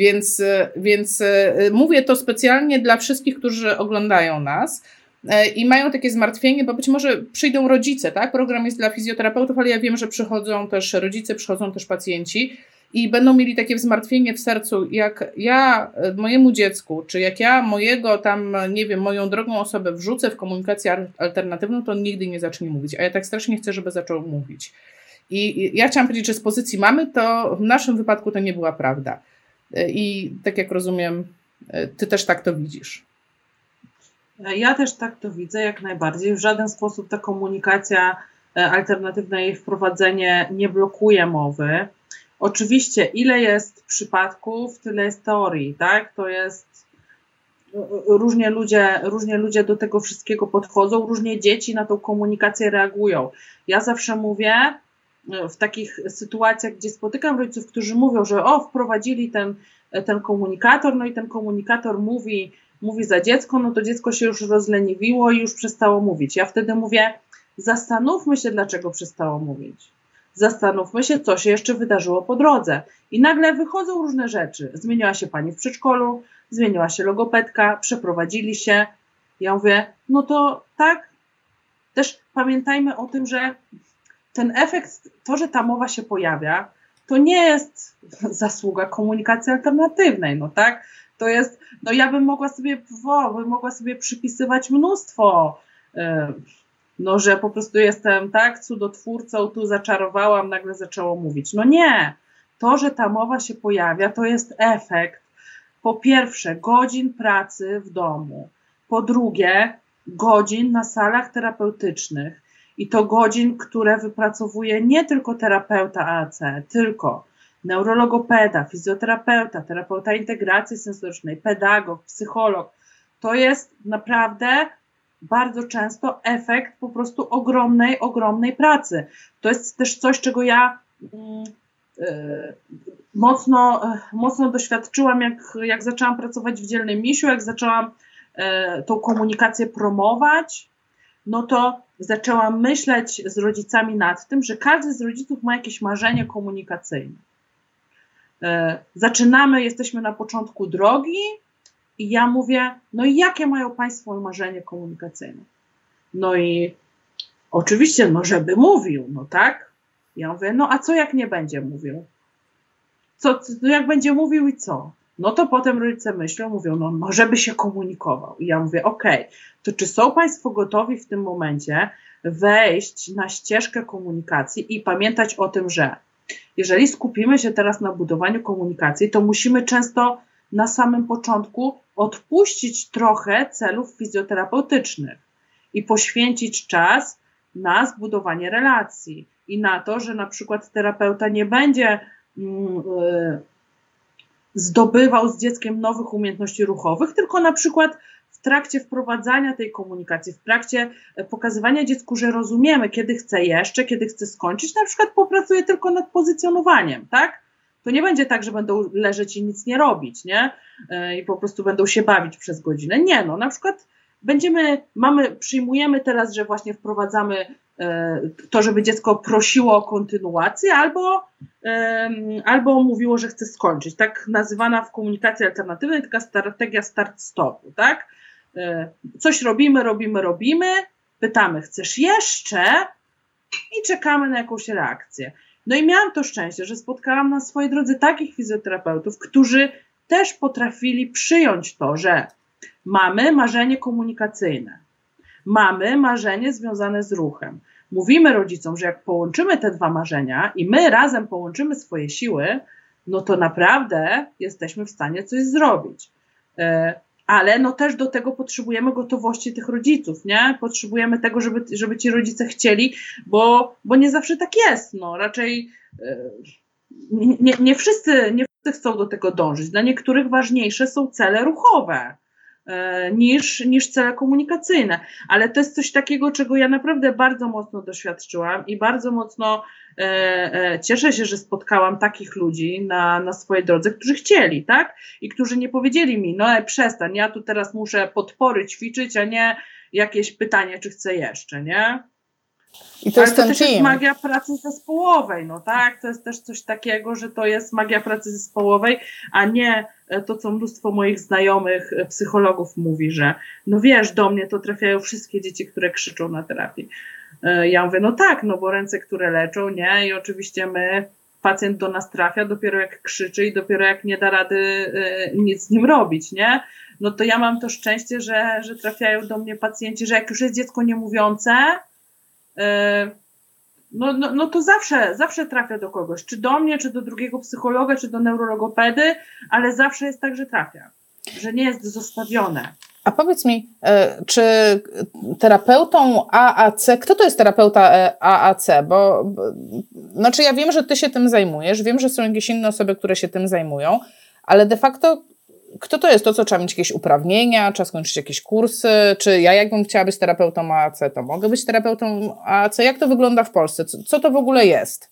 Więc mówię to specjalnie dla wszystkich, którzy oglądają nas i mają takie zmartwienie, bo być może przyjdą rodzice, tak? Program jest dla fizjoterapeutów, ale ja wiem, że przychodzą też rodzice, przychodzą też pacjenci i będą mieli takie zmartwienie w sercu, jak ja mojemu dziecku, czy jak ja mojego tam, nie wiem, moją drogą osobę wrzucę w komunikację alternatywną, to on nigdy nie zacznie mówić, a ja tak strasznie chcę, żeby zaczął mówić. I ja chciałam powiedzieć, że z pozycji mamy, to w naszym wypadku to nie była prawda. I tak jak rozumiem, ty też tak to widzisz. Ja też tak to widzę, jak najbardziej. W żaden sposób ta komunikacja alternatywna, jej wprowadzenie nie blokuje mowy. Oczywiście, ile jest przypadków, tyle jest teorii, tak? To jest różnie ludzie do tego wszystkiego podchodzą, różnie dzieci na tą komunikację reagują. Ja zawsze mówię, w takich sytuacjach, gdzie spotykam rodziców, którzy mówią, że wprowadzili ten komunikator, no i ten komunikator mówi za dziecko, no to dziecko się już rozleniwiło i już przestało mówić. Ja wtedy mówię, zastanówmy się, dlaczego przestało mówić. Zastanówmy się, co się jeszcze wydarzyło po drodze. I nagle wychodzą różne rzeczy. Zmieniła się pani w przedszkolu, zmieniła się logopedka, przeprowadzili się. Ja mówię, no to tak. Też pamiętajmy o tym, że ten efekt, to, że ta mowa się pojawia, to nie jest zasługa komunikacji alternatywnej, no tak? To jest, no ja bym mogła sobie przypisywać mnóstwo, no że po prostu jestem tak cudotwórcą, tu zaczarowałam, nagle zaczęło mówić. No nie, to, że ta mowa się pojawia, to jest efekt, po pierwsze, godzin pracy w domu, po drugie, godzin na salach terapeutycznych i to godzin, które wypracowuje nie tylko terapeuta AAC, tylko neurologopeda, fizjoterapeuta, terapeuta integracji sensorycznej, pedagog, psycholog. To jest naprawdę bardzo często efekt po prostu ogromnej pracy. To jest też coś, czego ja mocno doświadczyłam, jak zaczęłam pracować w Dzielnym Misiu, jak zaczęłam tą komunikację promować, no to zaczęłam myśleć z rodzicami nad tym, że każdy z rodziców ma jakieś marzenie komunikacyjne. Jesteśmy na początku drogi i ja mówię, no i jakie mają państwo marzenie komunikacyjne? No i oczywiście, no żeby mówił, no tak? Ja mówię, no a co jak nie będzie mówił? Co jak będzie mówił i co? No to potem rodzice mówią, no żeby się komunikował. I ja mówię, okej, to czy są państwo gotowi w tym momencie wejść na ścieżkę komunikacji i pamiętać o tym, że jeżeli skupimy się teraz na budowaniu komunikacji, to musimy często na samym początku odpuścić trochę celów fizjoterapeutycznych i poświęcić czas na zbudowanie relacji i na to, że na przykład terapeuta nie będzie zdobywał z dzieckiem nowych umiejętności ruchowych, tylko na przykład w trakcie wprowadzania tej komunikacji, w trakcie pokazywania dziecku, że rozumiemy, kiedy chce jeszcze, kiedy chce skończyć, na przykład popracuje tylko nad pozycjonowaniem, tak? To nie będzie tak, że będą leżeć i nic nie robić, nie? I po prostu będą się bawić przez godzinę. Nie, no na przykład przyjmujemy teraz, że właśnie wprowadzamy to, żeby dziecko prosiło o kontynuację albo mówiło, że chce skończyć. Tak nazywana w komunikacji alternatywnej taka strategia start-stopu, tak? Coś robimy, pytamy, chcesz jeszcze? I czekamy na jakąś reakcję. No i miałam to szczęście, że spotkałam na swojej drodze takich fizjoterapeutów, którzy też potrafili przyjąć to, że mamy marzenie komunikacyjne, mamy marzenie związane z ruchem. Mówimy rodzicom, że jak połączymy te dwa marzenia i my razem połączymy swoje siły, no to naprawdę jesteśmy w stanie coś zrobić. Ale no też do tego potrzebujemy gotowości tych rodziców, nie? Potrzebujemy tego, żeby ci rodzice chcieli, bo nie zawsze tak jest. No raczej nie wszyscy chcą do tego dążyć. Dla niektórych ważniejsze są cele ruchowe niż cele komunikacyjne. Ale to jest coś takiego, czego ja naprawdę bardzo mocno doświadczyłam i bardzo mocno cieszę się, że spotkałam takich ludzi na swojej drodze, którzy chcieli, tak? I którzy nie powiedzieli mi, no przestań, ja tu teraz muszę podpory ćwiczyć, a nie jakieś pytanie, czy chcę jeszcze, nie? I to jest ten też jest magia pracy zespołowej, no tak? To jest też coś takiego, że to jest magia pracy zespołowej, a nie to, co mnóstwo moich znajomych psychologów mówi, że no wiesz, do mnie to trafiają wszystkie dzieci, które krzyczą na terapii. Ja mówię, no tak, no bo ręce, które leczą, nie? I oczywiście pacjent do nas trafia dopiero jak krzyczy i dopiero jak nie da rady nic z nim robić, nie? No to ja mam to szczęście, że trafiają do mnie pacjenci, że jak już jest dziecko niemówiące, no to zawsze trafia do kogoś, czy do mnie, czy do drugiego psychologa, czy do neurologopedy, ale zawsze jest tak, że trafia, że nie jest zostawione. A powiedz mi, czy terapeutą AAC, kto to jest terapeuta AAC? Bo znaczy ja wiem, że ty się tym zajmujesz, wiem, że są jakieś inne osoby, które się tym zajmują, ale de facto kto to jest? To co, trzeba mieć jakieś uprawnienia, trzeba skończyć jakieś kursy? Czy ja jakbym chciała być terapeutą AAC, to mogę być terapeutą AAC? Jak to wygląda w Polsce? Co to w ogóle jest?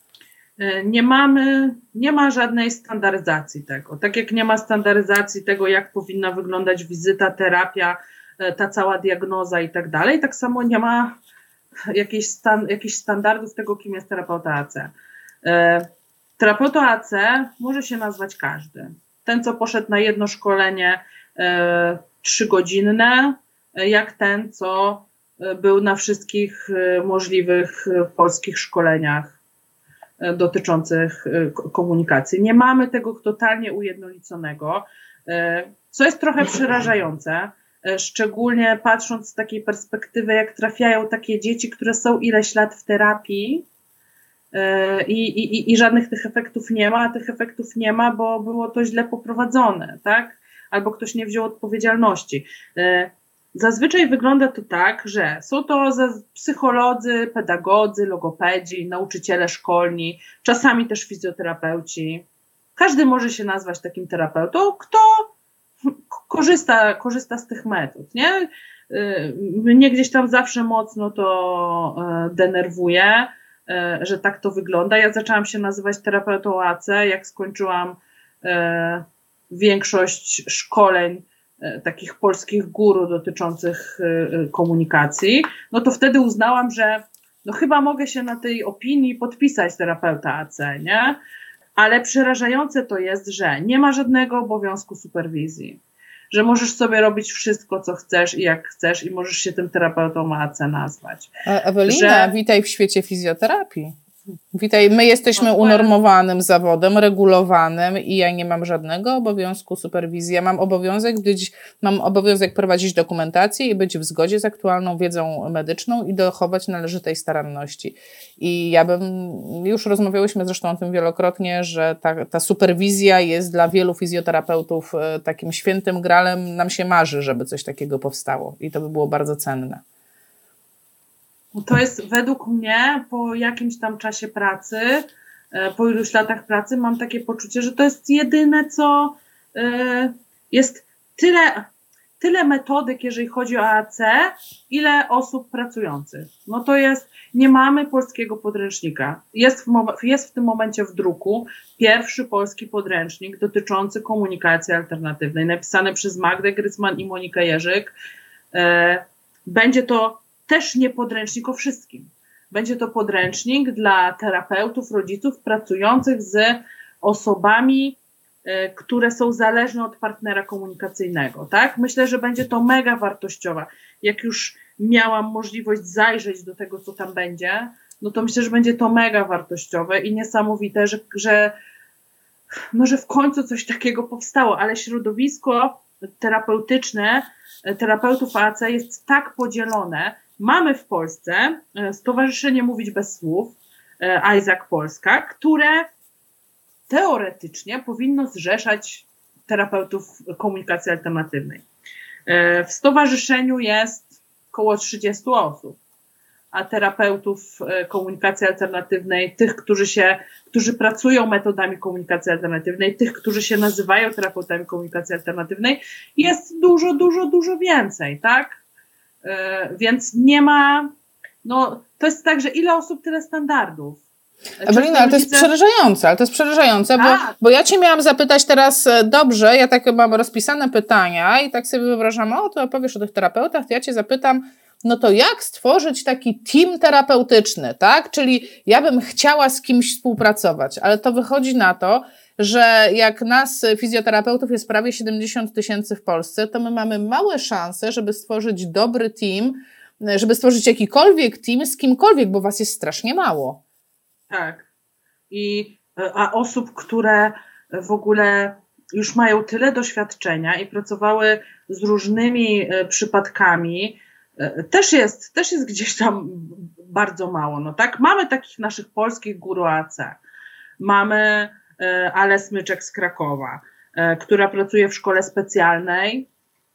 Nie ma żadnej standaryzacji tego. Tak jak nie ma standaryzacji tego, jak powinna wyglądać wizyta, terapia, ta cała diagnoza i tak dalej, tak samo nie ma jakichś standardów tego, kim jest terapeuta AC. Terapeutą AC może się nazwać każdy. Ten, co poszedł na jedno szkolenie 3-godzinne, jak ten, co był na wszystkich możliwych polskich szkoleniach dotyczących komunikacji. Nie mamy tego totalnie ujednoliconego, co jest trochę przerażające, szczególnie patrząc z takiej perspektywy, jak trafiają takie dzieci, które są ileś lat w terapii i żadnych tych efektów nie ma, a tych efektów nie ma, bo było to źle poprowadzone, tak? Albo ktoś nie wziął odpowiedzialności. Zazwyczaj wygląda to tak, że są to psycholodzy, pedagodzy, logopedzi, nauczyciele szkolni, czasami też fizjoterapeuci. Każdy może się nazwać takim terapeutą, kto korzysta z tych metod, nie? Mnie gdzieś tam zawsze mocno to denerwuje, że tak to wygląda. Ja zaczęłam się nazywać terapeutą AC, jak skończyłam większość szkoleń takich polskich guru dotyczących komunikacji, no to wtedy uznałam, że no chyba mogę się na tej opinii podpisać terapeuta AC, nie? Ale przerażające to jest, że nie ma żadnego obowiązku superwizji, że możesz sobie robić wszystko, co chcesz i jak chcesz i możesz się tym terapeutą AC nazwać. Ewelina, witaj w świecie fizjoterapii. Witaj, my jesteśmy unormowanym zawodem, regulowanym i ja nie mam żadnego obowiązku superwizji. Ja mam obowiązek prowadzić dokumentację i być w zgodzie z aktualną wiedzą medyczną i dochować należytej staranności. I już rozmawiałyśmy zresztą o tym wielokrotnie, że ta superwizja jest dla wielu fizjoterapeutów takim świętym gralem. Nam się marzy, żeby coś takiego powstało i to by było bardzo cenne. To jest według mnie po jakimś tam czasie pracy, po iluś latach pracy mam takie poczucie, że to jest jedyne, co jest tyle metodyk, jeżeli chodzi o AAC, ile osób pracujących. No to jest, nie mamy polskiego podręcznika. Jest w tym momencie w druku pierwszy polski podręcznik dotyczący komunikacji alternatywnej, napisany przez Magdę Grycman i Monikę Jerzyk. Będzie to też nie podręcznik o wszystkim. Będzie to podręcznik dla terapeutów, rodziców pracujących z osobami, które są zależne od partnera komunikacyjnego. Tak? Myślę, że będzie to mega wartościowe. Jak już miałam możliwość zajrzeć do tego, co tam będzie, no to myślę, że będzie to mega wartościowe i niesamowite, że w końcu coś takiego powstało, ale środowisko terapeutyczne, terapeutów AAC jest tak podzielone. Mamy w Polsce Stowarzyszenie Mówić Bez Słów, Isaac Polska, które teoretycznie powinno zrzeszać terapeutów komunikacji alternatywnej. W stowarzyszeniu jest około 30 osób, a terapeutów komunikacji alternatywnej, tych, którzy pracują metodami komunikacji alternatywnej, tych, którzy się nazywają terapeutami komunikacji alternatywnej, jest dużo więcej, tak? Więc nie ma, to jest tak, że ile osób, tyle standardów. Ewelina, ale to jest przerażające, bo ja Cię miałam zapytać teraz, dobrze, ja tak mam rozpisane pytania i tak sobie wyobrażam, to opowiesz o tych terapeutach, to ja Cię zapytam, no to jak stworzyć taki team terapeutyczny, tak? Czyli ja bym chciała z kimś współpracować, ale to wychodzi na to, że jak nas fizjoterapeutów jest prawie 70 000 w Polsce, to my mamy małe szanse, żeby stworzyć dobry team, żeby stworzyć jakikolwiek team z kimkolwiek, bo was jest strasznie mało. Tak. A osób, które w ogóle już mają tyle doświadczenia i pracowały z różnymi przypadkami, też jest gdzieś tam bardzo mało. No tak? Mamy takich naszych polskich guru AC. Mamy Ale Smyczek z Krakowa, która pracuje w szkole specjalnej,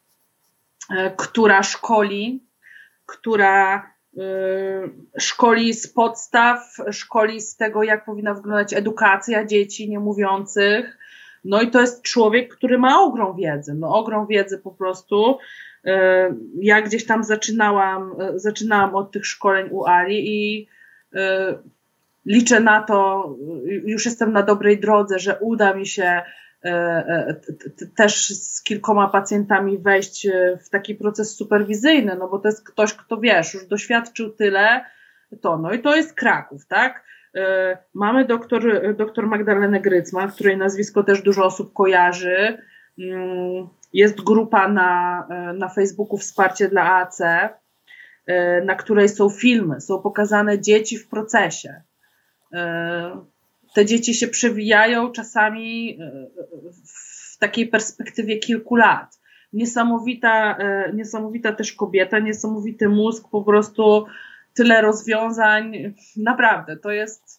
która szkoli z podstaw, szkoli z tego, jak powinna wyglądać edukacja dzieci niemówiących, No i to jest człowiek, który ma ogrom wiedzy po prostu. Ja gdzieś tam zaczynałam od tych szkoleń u Ali i liczę na to, już jestem na dobrej drodze, że uda mi się też z kilkoma pacjentami wejść w taki proces superwizyjny, no bo to jest ktoś, kto wiesz, już doświadczył tyle, no i to jest Kraków, tak? Mamy doktor Magdalenę Grycman, której nazwisko też dużo osób kojarzy. Jest grupa na Facebooku Wsparcie dla AAC, na której są filmy, są pokazane dzieci w procesie. Te dzieci się przewijają czasami w takiej perspektywie kilku lat. Niesamowita też kobieta, niesamowity mózg, po prostu tyle rozwiązań. Naprawdę, to jest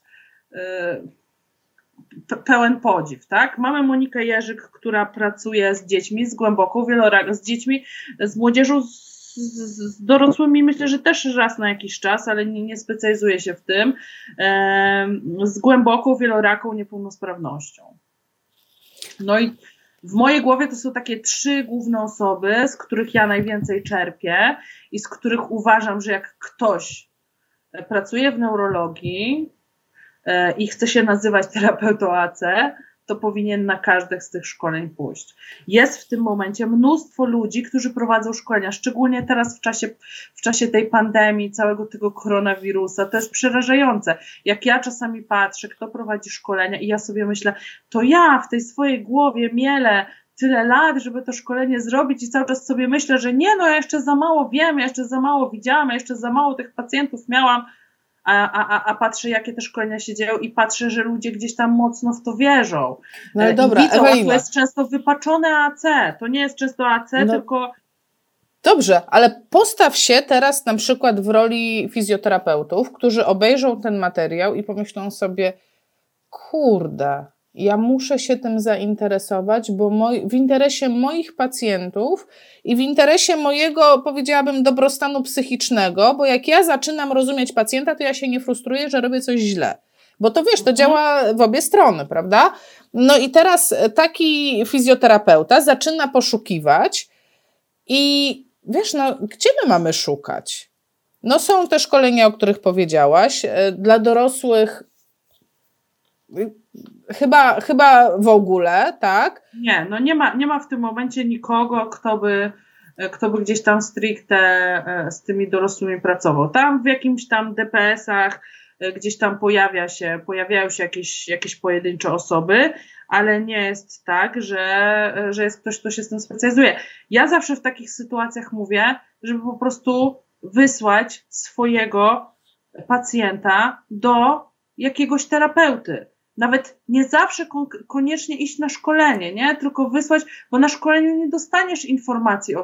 pełen podziw, tak? Mamy Monikę Jerzyk, która pracuje z dziećmi, z głęboką wieloraką, z dziećmi, z młodzieżą, z dorosłymi, myślę, że też raz na jakiś czas, ale nie specjalizuje się w tym, z głęboką wieloraką niepełnosprawnością. No i w mojej głowie to są takie 3 główne osoby, z których ja najwięcej czerpię i z których uważam, że jak ktoś pracuje w neurologii i chce się nazywać terapeutą AC, to powinien na każdych z tych szkoleń pójść. Jest w tym momencie mnóstwo ludzi, którzy prowadzą szkolenia, szczególnie teraz w czasie tej pandemii, całego tego koronawirusa. To jest przerażające. Jak ja czasami patrzę, kto prowadzi szkolenia i ja sobie myślę, to ja w tej swojej głowie mielę tyle lat, żeby to szkolenie zrobić i cały czas sobie myślę, że nie, no ja jeszcze za mało wiem, ja jeszcze za mało widziałam, ja jeszcze za mało tych pacjentów miałam, a patrzę, jakie te szkolenia się dzieją i patrzę, że ludzie gdzieś tam mocno w to wierzą. No ale dobra, widzą, to jest często wypaczone AC, to nie jest często AC, tylko... Dobrze, ale postaw się teraz na przykład w roli fizjoterapeutów, którzy obejrzą ten materiał i pomyślą sobie, kurde, ja muszę się tym zainteresować, bo w interesie moich pacjentów i w interesie mojego, powiedziałabym, dobrostanu psychicznego, bo jak ja zaczynam rozumieć pacjenta, to ja się nie frustruję, że robię coś źle. Bo to wiesz, to działa w obie strony, prawda? No i teraz taki fizjoterapeuta zaczyna poszukiwać i wiesz, no gdzie my mamy szukać? No są te szkolenia, o których powiedziałaś, dla dorosłych chyba w ogóle, tak? Nie, no nie ma w tym momencie nikogo, kto by gdzieś tam stricte z tymi dorosłymi pracował. Tam w jakimś tam DPS-ach gdzieś tam pojawiają się jakieś pojedyncze osoby, ale nie jest tak, że jest ktoś, kto się z tym specjalizuje. Ja zawsze w takich sytuacjach mówię, żeby po prostu wysłać swojego pacjenta do jakiegoś terapeuty. Nawet nie zawsze koniecznie iść na szkolenie, nie? Tylko wysłać, bo na szkoleniu nie dostaniesz informacji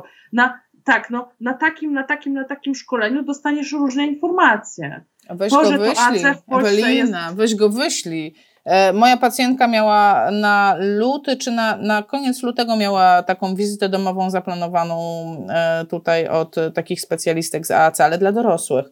na takim szkoleniu dostaniesz różne informacje. Weź go wyślij, Ewelina, weź go wyślij. Moja pacjentka miała na luty, czy na koniec lutego miała taką wizytę domową zaplanowaną tutaj od takich specjalistek z AAC, ale dla dorosłych.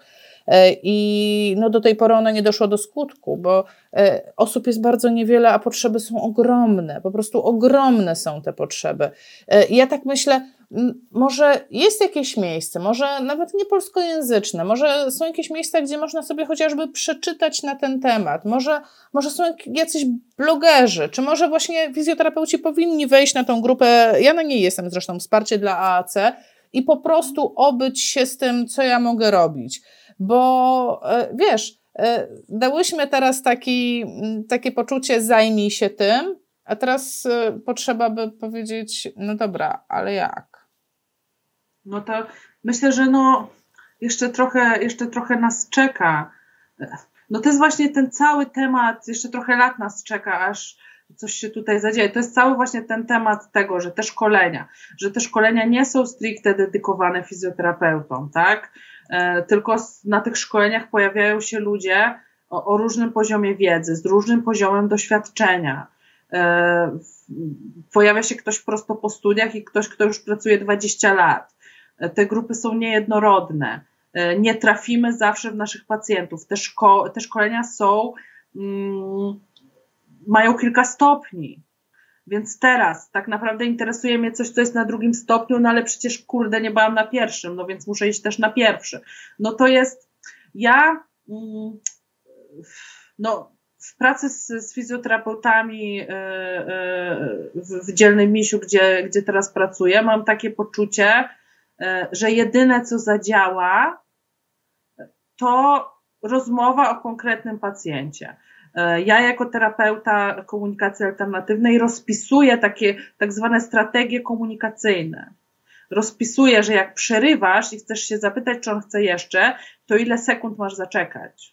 I no do tej pory ono nie doszło do skutku, bo osób jest bardzo niewiele, a potrzeby są ogromne, po prostu ogromne są te potrzeby. I ja tak myślę, może jest jakieś miejsce, może nawet nie polskojęzyczne, może są jakieś miejsca, gdzie można sobie chociażby przeczytać na ten temat, może są jacyś blogerzy, czy może właśnie fizjoterapeuci powinni wejść na tą grupę, ja na niej jestem zresztą, Wsparcie dla AAC i po prostu obyć się z tym, co ja mogę robić. Bo wiesz, dałyśmy teraz takie poczucie, zajmij się tym, a teraz potrzeba by powiedzieć, no dobra, ale jak? No to myślę, że jeszcze trochę nas czeka. No to jest właśnie ten cały temat, jeszcze trochę lat nas czeka, aż coś się tutaj zadzieje. To jest cały właśnie ten temat tego, że te szkolenia nie są stricte dedykowane fizjoterapeutom, tak? Tylko na tych szkoleniach pojawiają się ludzie o różnym poziomie wiedzy, z różnym poziomem doświadczenia. Pojawia się ktoś prosto po studiach i ktoś, kto już pracuje 20 lat. Te grupy są niejednorodne. Nie trafimy zawsze w naszych pacjentów. Te szkolenia mają kilka stopni. Więc teraz tak naprawdę interesuje mnie coś, co jest na 2. stopniu, no ale przecież kurde, nie byłam na 1, no więc muszę iść też na 1. No to jest, no w pracy z fizjoterapeutami w Dzielnym Misiu, gdzie teraz pracuję, mam takie poczucie, że jedyne co zadziała, to rozmowa o konkretnym pacjencie. Ja jako terapeuta komunikacji alternatywnej rozpisuję takie tak zwane strategie komunikacyjne. Rozpisuję, że jak przerywasz i chcesz się zapytać, czy on chce jeszcze, to ile sekund masz zaczekać.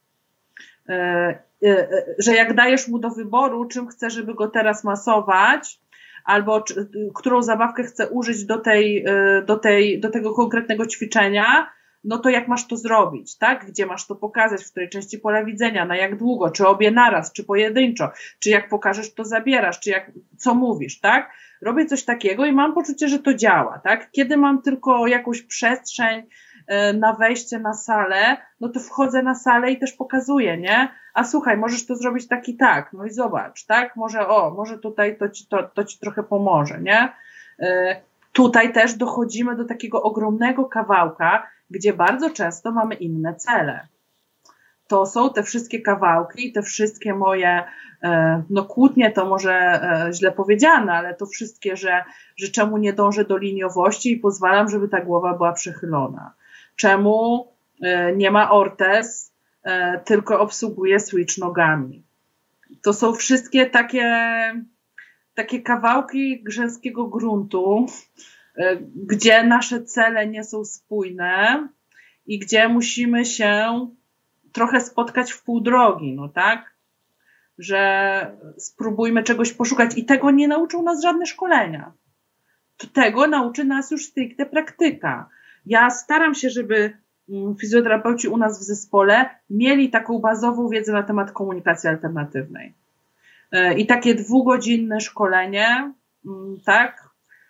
Że jak dajesz mu do wyboru, czym chce, żeby go teraz masować, albo którą zabawkę chce użyć do tego konkretnego ćwiczenia, no to jak masz to zrobić, tak? Gdzie masz to pokazać, w której części pola widzenia, na jak długo, czy obie naraz, czy pojedynczo, czy jak pokażesz, to zabierasz, czy co mówisz, tak? Robię coś takiego i mam poczucie, że to działa, tak? Kiedy mam tylko jakąś przestrzeń na wejście na salę, no to wchodzę na salę i też pokazuję, nie? A słuchaj, możesz to zrobić tak i tak, no i zobacz, tak? Może tutaj to ci trochę pomoże, nie? Tutaj też dochodzimy do takiego ogromnego kawałka, gdzie bardzo często mamy inne cele. To są te wszystkie kawałki, te wszystkie moje, no kłótnie to może źle powiedziane, ale to wszystkie, że czemu nie dążę do liniowości i pozwalam, żeby ta głowa była przechylona. Czemu nie ma ortez, tylko obsługuję switch nogami. To są wszystkie takie kawałki grzelskiego gruntu, gdzie nasze cele nie są spójne i gdzie musimy się trochę spotkać w pół drogi, no tak? Że spróbujmy czegoś poszukać i tego nie nauczą nas żadne szkolenia. Tego nauczy nas już stricte praktyka. Ja staram się, żeby fizjoterapeuci u nas w zespole mieli taką bazową wiedzę na temat komunikacji alternatywnej. I takie 2-godzinne szkolenie, tak?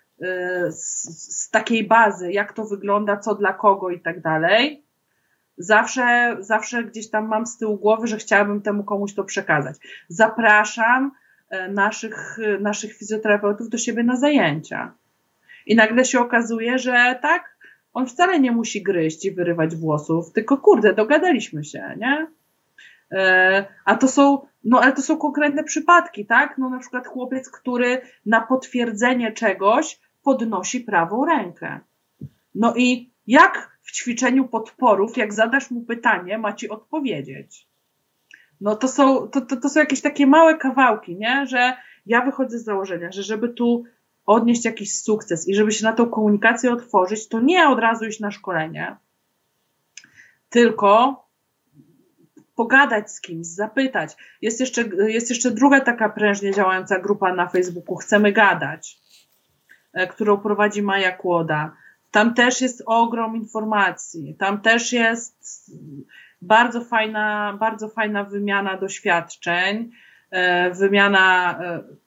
Z takiej bazy, jak to wygląda, co dla kogo i tak dalej. Zawsze gdzieś tam mam z tyłu głowy, że chciałabym temu komuś to przekazać. Zapraszam naszych fizjoterapeutów do siebie na zajęcia. I nagle się okazuje, że tak, on wcale nie musi gryźć i wyrywać włosów, tylko kurde, dogadaliśmy się, nie? Ale to są konkretne przypadki, tak? No na przykład chłopiec, który na potwierdzenie czegoś podnosi prawą rękę. No i jak w ćwiczeniu podporów, jak zadasz mu pytanie, ma ci odpowiedzieć? No to są jakieś takie małe kawałki, nie? Że ja wychodzę z założenia, że żeby tu odnieść jakiś sukces i żeby się na tą komunikację otworzyć, to nie od razu iść na szkolenie, tylko pogadać z kimś, zapytać. Jest jeszcze druga taka prężnie działająca grupa na Facebooku, Chcemy Gadać, którą prowadzi Maja Kłoda. Tam też jest ogrom informacji, tam też jest bardzo fajna wymiana doświadczeń, wymiana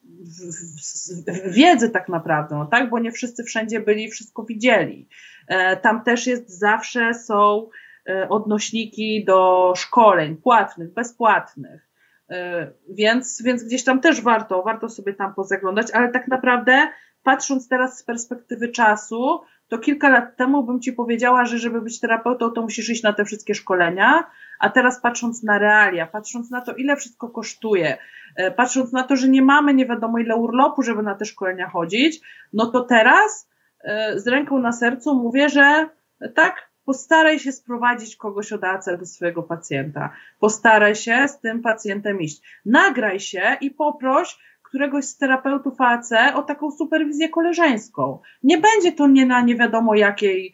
wiedzy tak naprawdę, no tak, bo nie wszyscy wszędzie byli i wszystko widzieli. Tam też zawsze są odnośniki do szkoleń płatnych, bezpłatnych, więc gdzieś tam też warto sobie tam pozaglądać, ale tak naprawdę patrząc teraz z perspektywy czasu, to kilka lat temu bym ci powiedziała, że żeby być terapeutą, to musisz iść na te wszystkie szkolenia, a teraz patrząc na realia, patrząc na to, ile wszystko kosztuje, patrząc na to, że nie mamy nie wiadomo ile urlopu, żeby na te szkolenia chodzić, no to teraz z ręką na sercu mówię, że tak, postaraj się sprowadzić kogoś od AC do swojego pacjenta. Postaraj się z tym pacjentem iść. Nagraj się i poproś któregoś z terapeutów AC o taką superwizję koleżeńską. Nie będzie to nie wiadomo jakiej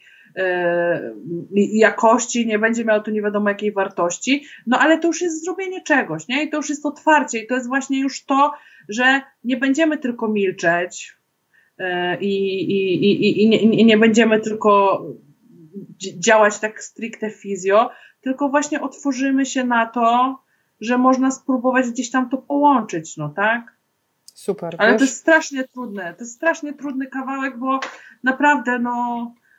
jakości, nie będzie miało to nie wiadomo jakiej wartości, no ale to już jest zrobienie czegoś, nie? I to już jest otwarcie i to jest właśnie już to, że nie będziemy tylko milczeć i nie będziemy tylko działać tak stricte fizjo, tylko właśnie otworzymy się na to, że można spróbować gdzieś tam to połączyć, no tak? Super. Ale to jest strasznie trudne, to jest strasznie trudny kawałek, bo naprawdę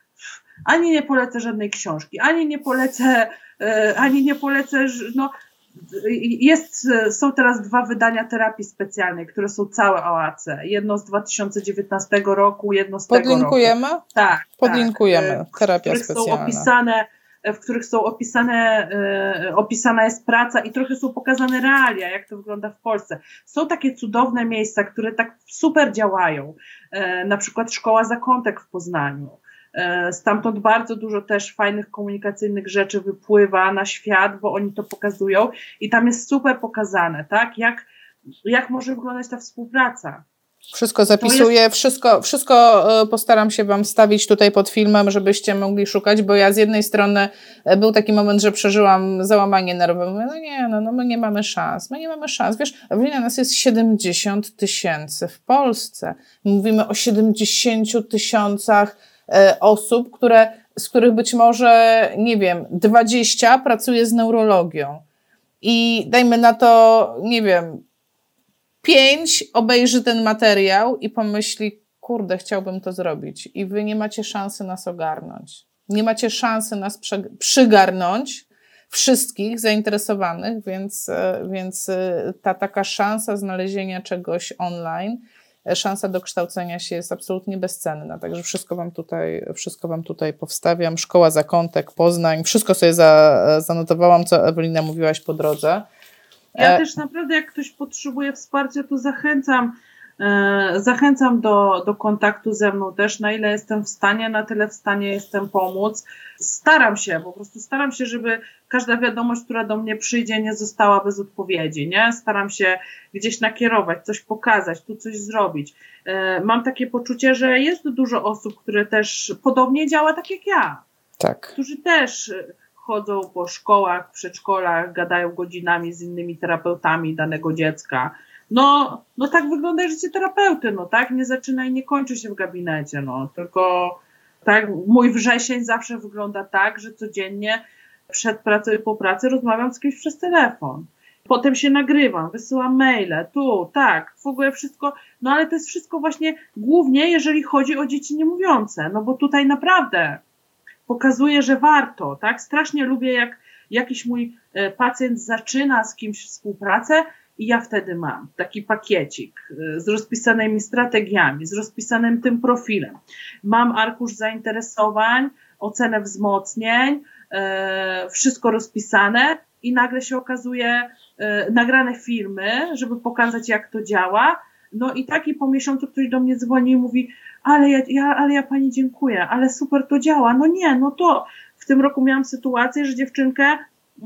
ani nie polecę żadnej książki, ani nie polecę, no Są teraz 2 wydania terapii specjalnej, które są całe o AC. Jedno z 2019 roku, jedno z tego roku. Podlinkujemy? Tak. Podlinkujemy. Terapia specjalna. W których są opisana jest praca i trochę są pokazane realia, jak to wygląda w Polsce. Są takie cudowne miejsca, które tak super działają. Na przykład Szkoła Zakątek w Poznaniu. Stamtąd bardzo dużo też fajnych komunikacyjnych rzeczy wypływa na świat, bo oni to pokazują i tam jest super pokazane, tak? Jak może wyglądać ta współpraca. Wszystko zapisuję, wszystko postaram się Wam wstawić tutaj pod filmem, żebyście mogli szukać, bo ja z jednej strony był taki moment, że przeżyłam załamanie nerwowe. Mówię, my nie mamy szans. Wiesz, Ewelina, nas jest 70 000 w Polsce. Mówimy o 70 000 osób, z których być może, 20 pracuje z neurologią. I dajmy na to, 5 obejrzy ten materiał i pomyśli, kurde, chciałbym to zrobić. I wy nie macie szansy nas ogarnąć. Nie macie szansy nas przygarnąć, wszystkich zainteresowanych, więc ta taka szansa znalezienia czegoś online, szansa dokształcenia się jest absolutnie bezcenna. Także wszystko wam tutaj powstawiam. Szkoła Zakątek, Poznań, wszystko sobie zanotowałam, co Ewelina mówiłaś po drodze. Ja też naprawdę, jak ktoś potrzebuje wsparcia, to zachęcam do kontaktu ze mną też, na ile jestem w stanie, na tyle w stanie jestem pomóc. Po prostu staram się, żeby każda wiadomość, która do mnie przyjdzie, nie została bez odpowiedzi, nie? Staram się gdzieś nakierować, coś pokazać, tu coś zrobić. Mam takie poczucie, że jest dużo osób, które też podobnie działa tak jak ja. Tak. Którzy też chodzą po szkołach, przedszkolach, gadają godzinami z innymi terapeutami danego dziecka. No tak wygląda życie terapeuty, tak? Nie zaczyna i nie kończy się w gabinecie, tylko tak, mój wrzesień zawsze wygląda tak, że codziennie przed pracą i po pracy rozmawiam z kimś przez telefon. Potem się nagrywam, wysyłam maile, w ogóle wszystko, ale to jest wszystko właśnie głównie, jeżeli chodzi o dzieci niemówiące, bo tutaj naprawdę pokazuje, że warto, tak? Strasznie lubię, jak jakiś mój pacjent zaczyna z kimś współpracę i ja wtedy mam taki pakiecik z rozpisanymi strategiami, z rozpisanym tym profilem. Mam arkusz zainteresowań, ocenę wzmocnień, wszystko rozpisane i nagle się okazuje nagrane filmy, żeby pokazać, jak to działa. I po miesiącu ktoś do mnie dzwoni i mówi, ale ja pani dziękuję, ale super to działa. To w tym roku miałam sytuację, że dziewczynkę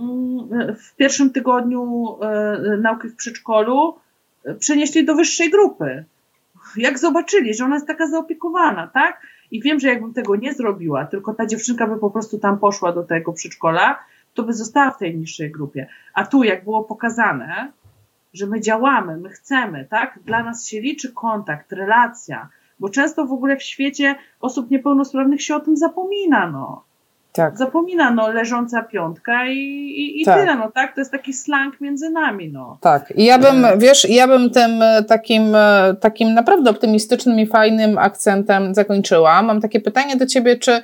w pierwszym tygodniu nauki w przedszkolu przenieśli do wyższej grupy. Jak zobaczyli, że ona jest taka zaopiekowana, tak? I wiem, że jakbym tego nie zrobiła, tylko ta dziewczynka by po prostu tam poszła do tego przedszkola, to by została w tej niższej grupie. A tu jak było pokazane, że my działamy, my chcemy, tak? Dla nas się liczy kontakt, relacja, bo często w ogóle w świecie osób niepełnosprawnych się o tym zapomina, Tak. Zapomina, leżąca piątka i tak. tyle, tak? To jest taki slang między nami, Tak. I ja bym tym takim naprawdę optymistycznym i fajnym akcentem zakończyła. Mam takie pytanie do ciebie, czy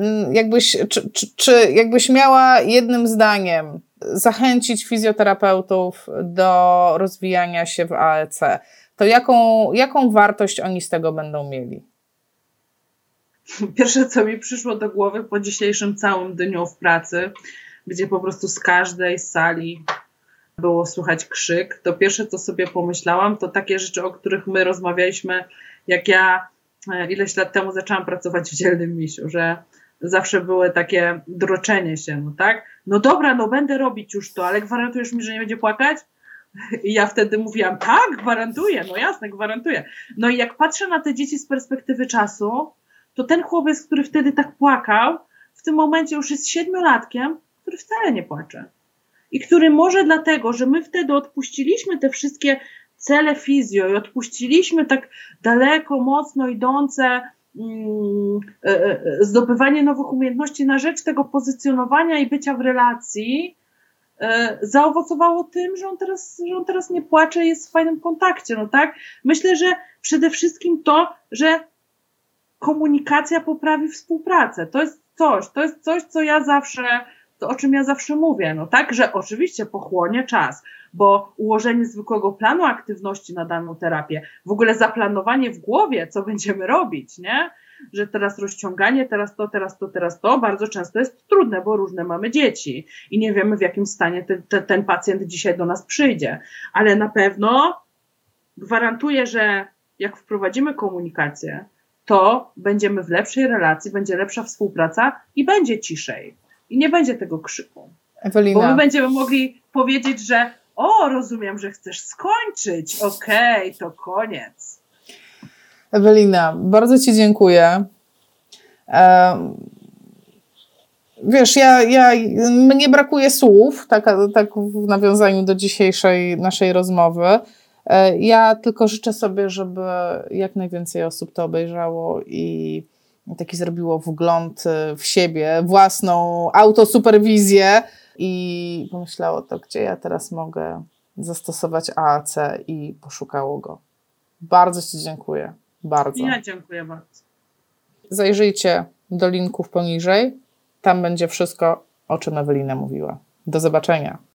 jakbyś miała jednym zdaniem zachęcić fizjoterapeutów do rozwijania się w AEC, to jaką wartość oni z tego będą mieli? Pierwsze, co mi przyszło do głowy po dzisiejszym całym dniu w pracy, gdzie po prostu z każdej sali było słychać krzyk, to pierwsze, co sobie pomyślałam, to takie rzeczy, o których my rozmawialiśmy, jak ja ileś lat temu zaczęłam pracować w Dzielnym Misiu, że zawsze były takie droczenie się, tak? Dobra, będę robić już to, ale gwarantujesz mi, że nie będzie płakać? I ja wtedy mówiłam, tak, gwarantuję, jasne, gwarantuję. I jak patrzę na te dzieci z perspektywy czasu, to ten chłopiec, który wtedy tak płakał, w tym momencie już jest 7-latkiem, który wcale nie płacze. I który może dlatego, że my wtedy odpuściliśmy te wszystkie cele fizjo i odpuściliśmy tak daleko, mocno idące zdobywanie nowych umiejętności na rzecz tego pozycjonowania i bycia w relacji, zaowocowało tym, że on teraz nie płacze i jest w fajnym kontakcie, tak? Myślę, że przede wszystkim to, że komunikacja poprawi współpracę. To jest coś, co ja zawsze to o czym ja zawsze mówię, no tak, że oczywiście pochłonie czas, bo ułożenie zwykłego planu aktywności na daną terapię, w ogóle zaplanowanie w głowie, co będziemy robić, nie? Że teraz rozciąganie, teraz to, bardzo często jest trudne, bo różne mamy dzieci i nie wiemy, w jakim stanie ten pacjent dzisiaj do nas przyjdzie, ale na pewno gwarantuję, że jak wprowadzimy komunikację, to będziemy w lepszej relacji, będzie lepsza współpraca i będzie ciszej. I nie będzie tego krzyku. Ewelina. Bo my będziemy mogli powiedzieć, że rozumiem, że chcesz skończyć, okej, to koniec. Ewelina, bardzo Ci dziękuję. Wiesz, mnie brakuje słów, tak w nawiązaniu do dzisiejszej naszej rozmowy. Ja tylko życzę sobie, żeby jak najwięcej osób to obejrzało i taki zrobiło wgląd w siebie, własną autosuperwizję i pomyślało to, gdzie ja teraz mogę zastosować AAC i poszukało go. Bardzo Ci dziękuję. Bardzo. Ja dziękuję bardzo. Zajrzyjcie do linków poniżej. Tam będzie wszystko, o czym Ewelina mówiła. Do zobaczenia.